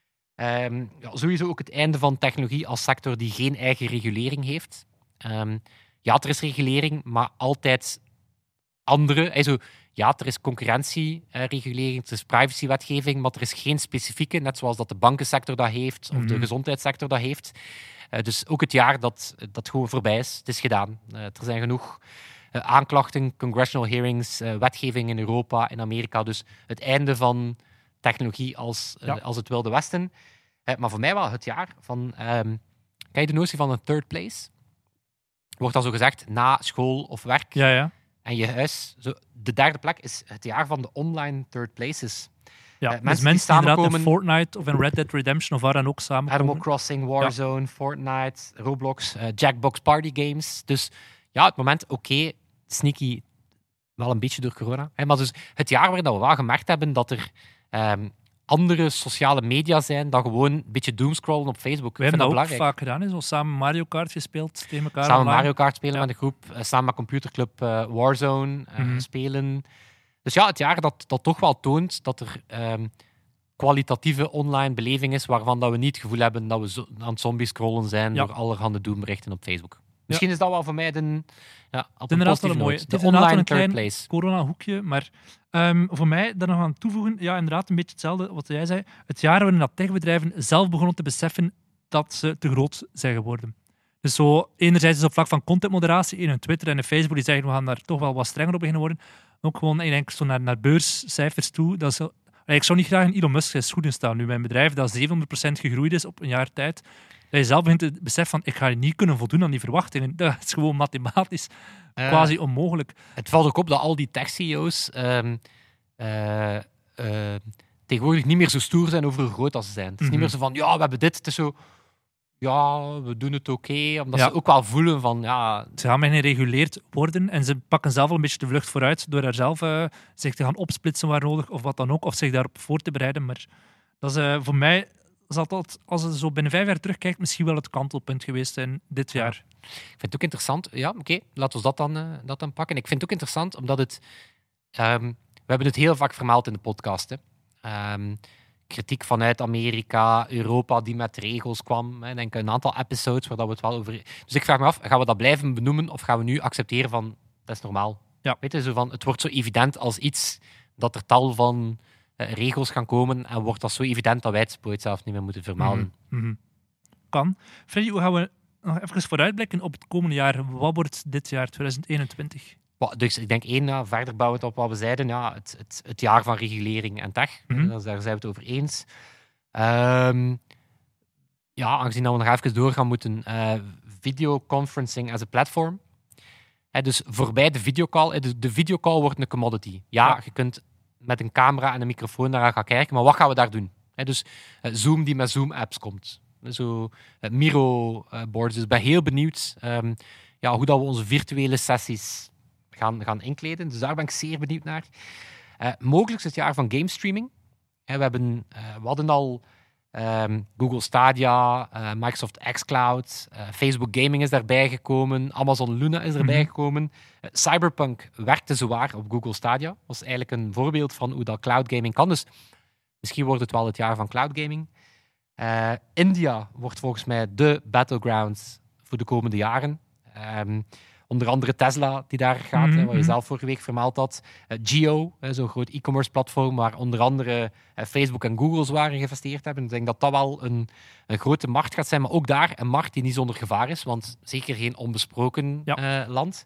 Um, ja, sowieso ook het einde van technologie als sector die geen eigen regulering heeft. Um, ja, er is regulering, maar altijd andere. Also, ja, er is concurrentieregulering, er is privacywetgeving, maar er is geen specifieke, net zoals dat de bankensector dat heeft, of mm-hmm. de gezondheidssector dat heeft. Uh, dus ook het jaar dat, dat gewoon voorbij is, het is gedaan. Uh, er zijn genoeg uh, aanklachten, congressional hearings, uh, wetgeving in Europa, in Amerika. Dus het einde van technologie als, uh, ja. als het Wilde Westen. Uh, maar voor mij wel het jaar van... Um, ken je de notie van een third place? Wordt dan zo gezegd, na school of werk. Ja, ja. En je huis. Zo, de derde plek is het jaar van de online third places. Ja, uh, mensen, dus mensen die samenkomen... in Fortnite of in Red Dead Redemption of waar dan ook samenkomen. Animal Crossing, Warzone, ja. Fortnite, Roblox, uh, Jackbox Party Games. Dus ja, het moment, oké, okay, sneaky wel een beetje door corona. Hè, maar dus het jaar waarin we wel gemerkt hebben dat er um, andere sociale media zijn dan gewoon een beetje doomscrollen op Facebook. We hebben dat ook belangrijk. vaak gedaan, hè? Zo samen Mario Kart gespeeld tegen elkaar. Samen online. Mario Kart spelen Ja. met de groep, uh, samen met computerclub uh, Warzone uh, Mhm. spelen. Dus ja, het jaar dat, dat toch wel toont dat er um, kwalitatieve online beleving is waarvan dat we niet het gevoel hebben dat we zo aan het zombie scrollen zijn Ja. door allerhande doomberichten op Facebook. Misschien is dat wel voor mij de, ja, op een inderdaad wel positieve een mooie. noot. Het De is inderdaad online een third klein place. corona-hoekje, maar um, voor mij daar nog aan toevoegen, ja, inderdaad een beetje hetzelfde wat jij zei. Het jaar waarin dat techbedrijven zelf begonnen te beseffen dat ze te groot zijn geworden. Dus zo, enerzijds is op vlak van contentmoderatie in hun Twitter en in Facebook, die zeggen we gaan daar toch wel wat strenger op beginnen worden. Ook gewoon, ik denk, zo naar, naar beurscijfers toe. Dat is, ik zou niet graag in Elon Musk zijn schoenen staan nu. Mijn bedrijf dat zevenhonderd procent gegroeid is op een jaar tijd. Dat je zelf begint te beseffen van, ik ga niet kunnen voldoen aan die verwachtingen. Dat is gewoon mathematisch Uh, quasi onmogelijk. Het valt ook op dat al die tech-C E O's um, uh, uh, tegenwoordig niet meer zo stoer zijn over hoe groot dat ze zijn. Het is Mm-hmm. niet meer zo van, ja, we hebben dit. Het is zo, ja, we doen het oké. Okay, omdat Ja. ze ook wel voelen van, ja... Ze gaan bijna gereguleerd worden en ze pakken zelf al een beetje de vlucht vooruit door er zelf uh, zich te gaan opsplitsen waar nodig of wat dan ook, of zich daarop voor te bereiden. Maar dat is uh, voor mij, zal dat, als je zo binnen vijf jaar terugkijkt, misschien wel het kantelpunt geweest zijn dit jaar. Ik vind het ook interessant. Ja, oké, okay, laten we dat dan, uh, dat dan pakken. Ik vind het ook interessant, omdat het... Um, we hebben het heel vaak vermeld in de podcast. Hè. Um, kritiek vanuit Amerika, Europa, die met regels kwam. Hè. Ik denk een aantal episodes waar dat we het wel over... Dus ik vraag me af, gaan we dat blijven benoemen of gaan we nu accepteren van, dat is normaal? Ja. Weet je, zo van, het wordt zo evident als iets dat er tal van uh, regels gaan komen en wordt dat zo evident dat wij het ooit zelf niet meer moeten vermelden. Mm-hmm. Kan. Freddy, hoe gaan we nog even vooruitblikken op het komende jaar? Wat wordt dit jaar, twintig eenentwintig? Dus ik denk één, ja, verder bouwend op wat we zeiden, ja, het, het, het jaar van regulering en tech. Mm-hmm. Daar zijn we het over eens. Um, ja, aangezien dat we nog even door gaan moeten, uh, videoconferencing as a platform. He, dus voorbij de videocall. De, de videocall wordt een commodity. Ja, ja, je kunt met een camera en een microfoon naar gaan kijken, maar wat gaan we daar doen? He, dus uh, Zoom die met Zoom-apps komt. Zo uh, Miro-boards. Dus ik ben heel benieuwd um, ja, hoe dat we onze virtuele sessies gaan, gaan inkleden. Dus daar ben ik zeer benieuwd naar. Uh, mogelijk is het jaar van gamestreaming. He, we, hebben, uh, we hadden al um, Google Stadia, uh, Microsoft xCloud, uh, Facebook Gaming is daarbij gekomen, Amazon Luna is erbij Mm-hmm. gekomen. Uh, Cyberpunk werkte zwaar op Google Stadia. Dat was eigenlijk een voorbeeld van hoe dat cloud gaming kan. Dus misschien wordt het wel het jaar van cloud gaming. Uh, India wordt volgens mij de battleground voor de komende jaren. Um, onder andere Tesla die daar gaat, Mm-hmm. hè, wat je zelf vorige week vermeld had. Uh, Geo, uh, zo'n groot e-commerce platform waar onder andere uh, Facebook en Google zwaar in geïnvesteerd hebben. Ik denk dat dat wel een, een grote markt gaat zijn, maar ook daar een markt die niet zonder gevaar is, want zeker geen onbesproken ja. uh, land.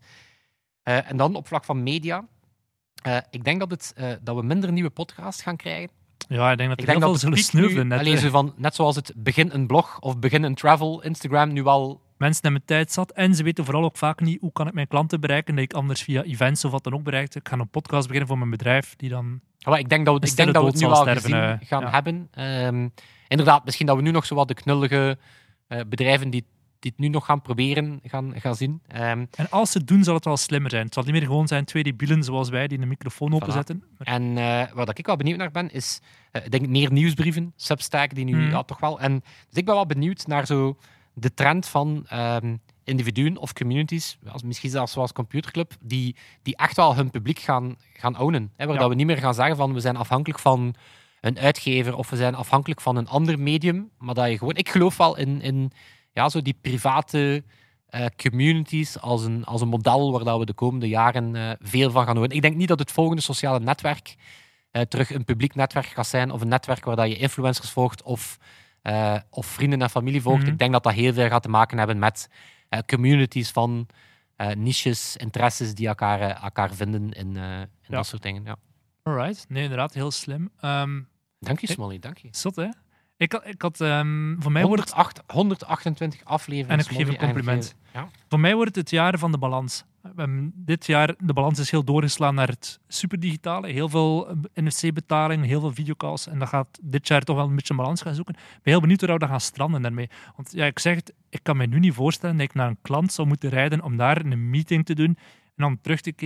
Uh, en dan op vlak van media. Uh, ik denk dat, het, uh, dat we minder nieuwe podcasts gaan krijgen. Ja, ik denk dat Ik er denk heel dat veel de zullen piek nu, sneuvelen. Net, allee, zo van, net zoals het begin een blog of begin een travel, Instagram nu wel... Mensen hebben tijd zat en ze weten vooral ook vaak niet hoe kan ik mijn klanten bereiken, dat ik anders via events of wat dan ook bereikte. Ik ga een podcast beginnen voor mijn bedrijf, die dan... Maar ik denk dat we, ik denk dat we het nu zal al sterven, gezien uh, gaan ja. hebben. Um, inderdaad, misschien dat we nu nog zo wat de knullige uh, bedrijven die, die het nu nog gaan proberen, gaan, gaan zien. Um, En als ze het doen, zal het wel slimmer zijn. Het zal niet meer gewoon zijn twee debielen zoals wij die een microfoon openzetten. Voilà. En uh, waar ik wel benieuwd naar ben, is uh, ik denk meer nieuwsbrieven, Substack, die nu mm. ja, toch wel... En, dus ik ben wel benieuwd naar zo de trend van um, individuen of communities, als, misschien zelfs zoals Computerclub, die, die echt wel hun publiek gaan, gaan ownen. Hè, waar Ja. dat we niet meer gaan zeggen van we zijn afhankelijk van een uitgever of we zijn afhankelijk van een ander medium, maar dat je gewoon... Ik geloof wel in, in ja, zo die private uh, communities als een, als een model waar dat we de komende jaren uh, veel van gaan horen. Ik denk niet dat het volgende sociale netwerk uh, terug een publiek netwerk gaat zijn of een netwerk waar dat je influencers volgt of, uh, of vrienden en familie volgt. Mm-hmm. Ik denk dat dat heel veel gaat te maken hebben met uh, communities van uh, niches, interesses die elkaar, uh, elkaar vinden in, uh, in ja. dat soort dingen. Ja. Alright, nee, inderdaad, heel slim. Um, dank je, Smolly, dank je. Zot, hè? Ik had, ik had um, voor mij wordt het... honderdachtentwintig afleveringen. En ik geef een compliment. Ja. Voor mij wordt het het jaar van de balans. We hebben dit jaar, de balans is heel doorgeslaan naar het superdigitale. Heel veel N F C-betalingen, heel veel videocalls. En dat gaat dit jaar toch wel een beetje een balans gaan zoeken. Ik ben heel benieuwd hoe we dat gaan stranden daarmee. Want ja, ik zeg het, ik kan me nu niet voorstellen dat ik naar een klant zou moeten rijden om daar een meeting te doen en dan terug te keren.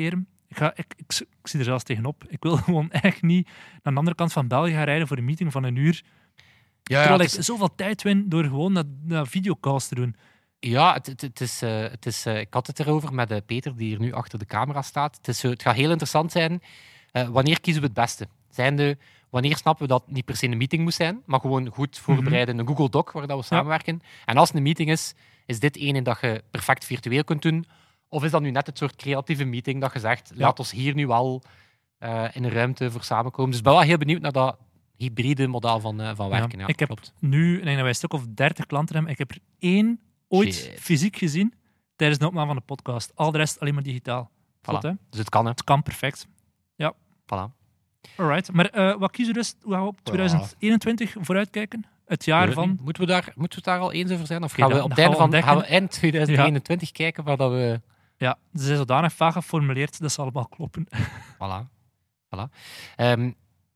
Ik, ga, ik, ik, ik zie er zelfs tegenop. Ik wil gewoon echt niet naar de andere kant van België gaan rijden voor een meeting van een uur. Ja, Terwijl het ik is- zoveel tijd win door gewoon dat, dat videocalls te doen. Ja, het, het, het is, eh, het is, eh, ik had het erover met eh, Peter, die hier nu achter de camera staat. Het, is, zo- het gaat heel interessant zijn. Eh, wanneer kiezen we het beste? Zijnde, wanneer snappen we dat het niet per se een meeting moet zijn, maar gewoon goed voorbereiden, een Google Doc waar dat we samenwerken. En als het een meeting is, is dit ene dat je perfect virtueel kunt doen? Of is dat nu net het soort creatieve meeting dat je zegt, Ja. laat ons hier nu al eh, in een ruimte voor samenkomen. Dus ik ben wel heel benieuwd naar dat hybride model van, eh, van werken. Ja, ik heb klopt. nu, ik denk dat wij een stuk of dertig klanten hebben. Ik heb er één ooit Shit. fysiek gezien tijdens de opname van de podcast. Al de rest alleen maar digitaal. Zot, hè? Dus het kan, hè. Het kan perfect. Voilà. Alright. Maar eh, wat kiezen we dus? Hoe gaan we op twintig eenentwintig vooruitkijken? Het jaar Weet het van... niet. Moeten we, daar, moeten we het daar al eens over zijn? Of Oké, gaan we dat- op dat het einde gaan we van gaan we ontdekken. eind twintig eenentwintig kijken waar dat we... Ja, ze zijn zodanig vaag geformuleerd dat ze allemaal kloppen. Voilà. voilà. Ehm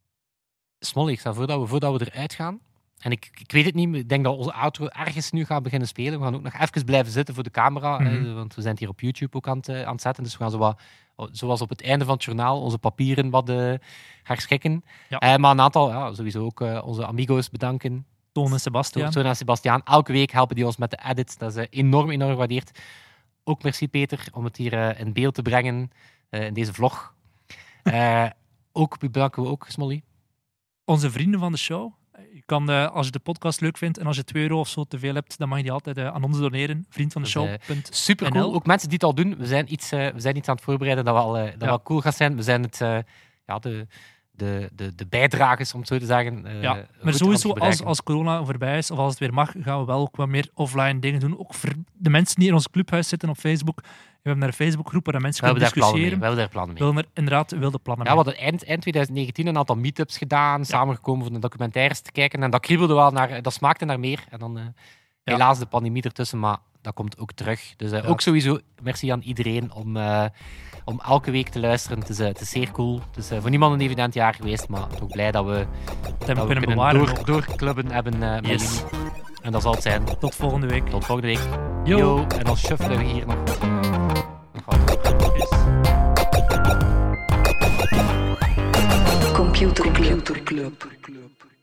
Smolly, ik stel voor dat we, voordat we eruit gaan... En ik, ik weet het niet, maar ik denk dat onze outro ergens nu gaat beginnen spelen. We gaan ook nog even blijven zitten voor de camera, Mhm. eh, want we zijn het hier op YouTube ook aan het, eh, aan het zetten. Dus we gaan zo wat, zoals op het einde van het journaal, onze papieren wat uh, herschikken. Ja. Eh, maar een aantal, ja, sowieso ook uh, onze amigo's bedanken. Toon en Sebastiaan. Toon en Sebastiaan. Elke week helpen die ons met de edits. Dat is uh, enorm, enorm gewaardeerd. Ook merci Peter om het hier uh, in beeld te brengen uh, in deze vlog. Uh, ook bedanken we ook, Smolly. Onze vrienden van de show. Je kan, uh, als je de podcast leuk vindt en als je twee euro of zo te veel hebt, dan mag je die altijd uh, aan ons doneren. Vriend van de show. Dus, uh, super cool. Ook mensen die het al doen. We zijn iets, uh, we zijn iets aan het voorbereiden dat wel, uh, dat ja. wel cool gaat zijn. We zijn het, uh, ja, de, de, de, de bijdragers, om het zo te zeggen. Uh, ja, maar sowieso als, als corona voorbij is, of als het weer mag, gaan we wel ook wat meer offline dingen doen. Ook voor de mensen die in ons clubhuis zitten op Facebook. We hebben daar een Facebookgroep waar de mensen we kunnen discussiëren. We hebben daar plannen mee. We willen er inderdaad wilde plannen ja, mee. we hadden eind, eind twintig negentien een aantal meetups gedaan, ja. samengekomen om de documentaires te kijken. En dat kriebelde wel naar, dat smaakte naar meer. En dan uh, ja. helaas de pandemie ertussen, maar dat komt ook terug. Dus uh, ja. ook sowieso merci aan iedereen om, uh, om elke week te luisteren. Het is, uh, het is zeer cool. Het is uh, voor niemand een evident jaar geweest, maar toch blij dat we, dat dat we kunnen, kunnen bewaren door, doorclubben hebben uh, met yes. jullie. En dat zal het zijn. Tot volgende week. Tot volgende week. Yo. Yo. En dan shuffelen we hier nog, nog wat. Computer Club. Computer Club.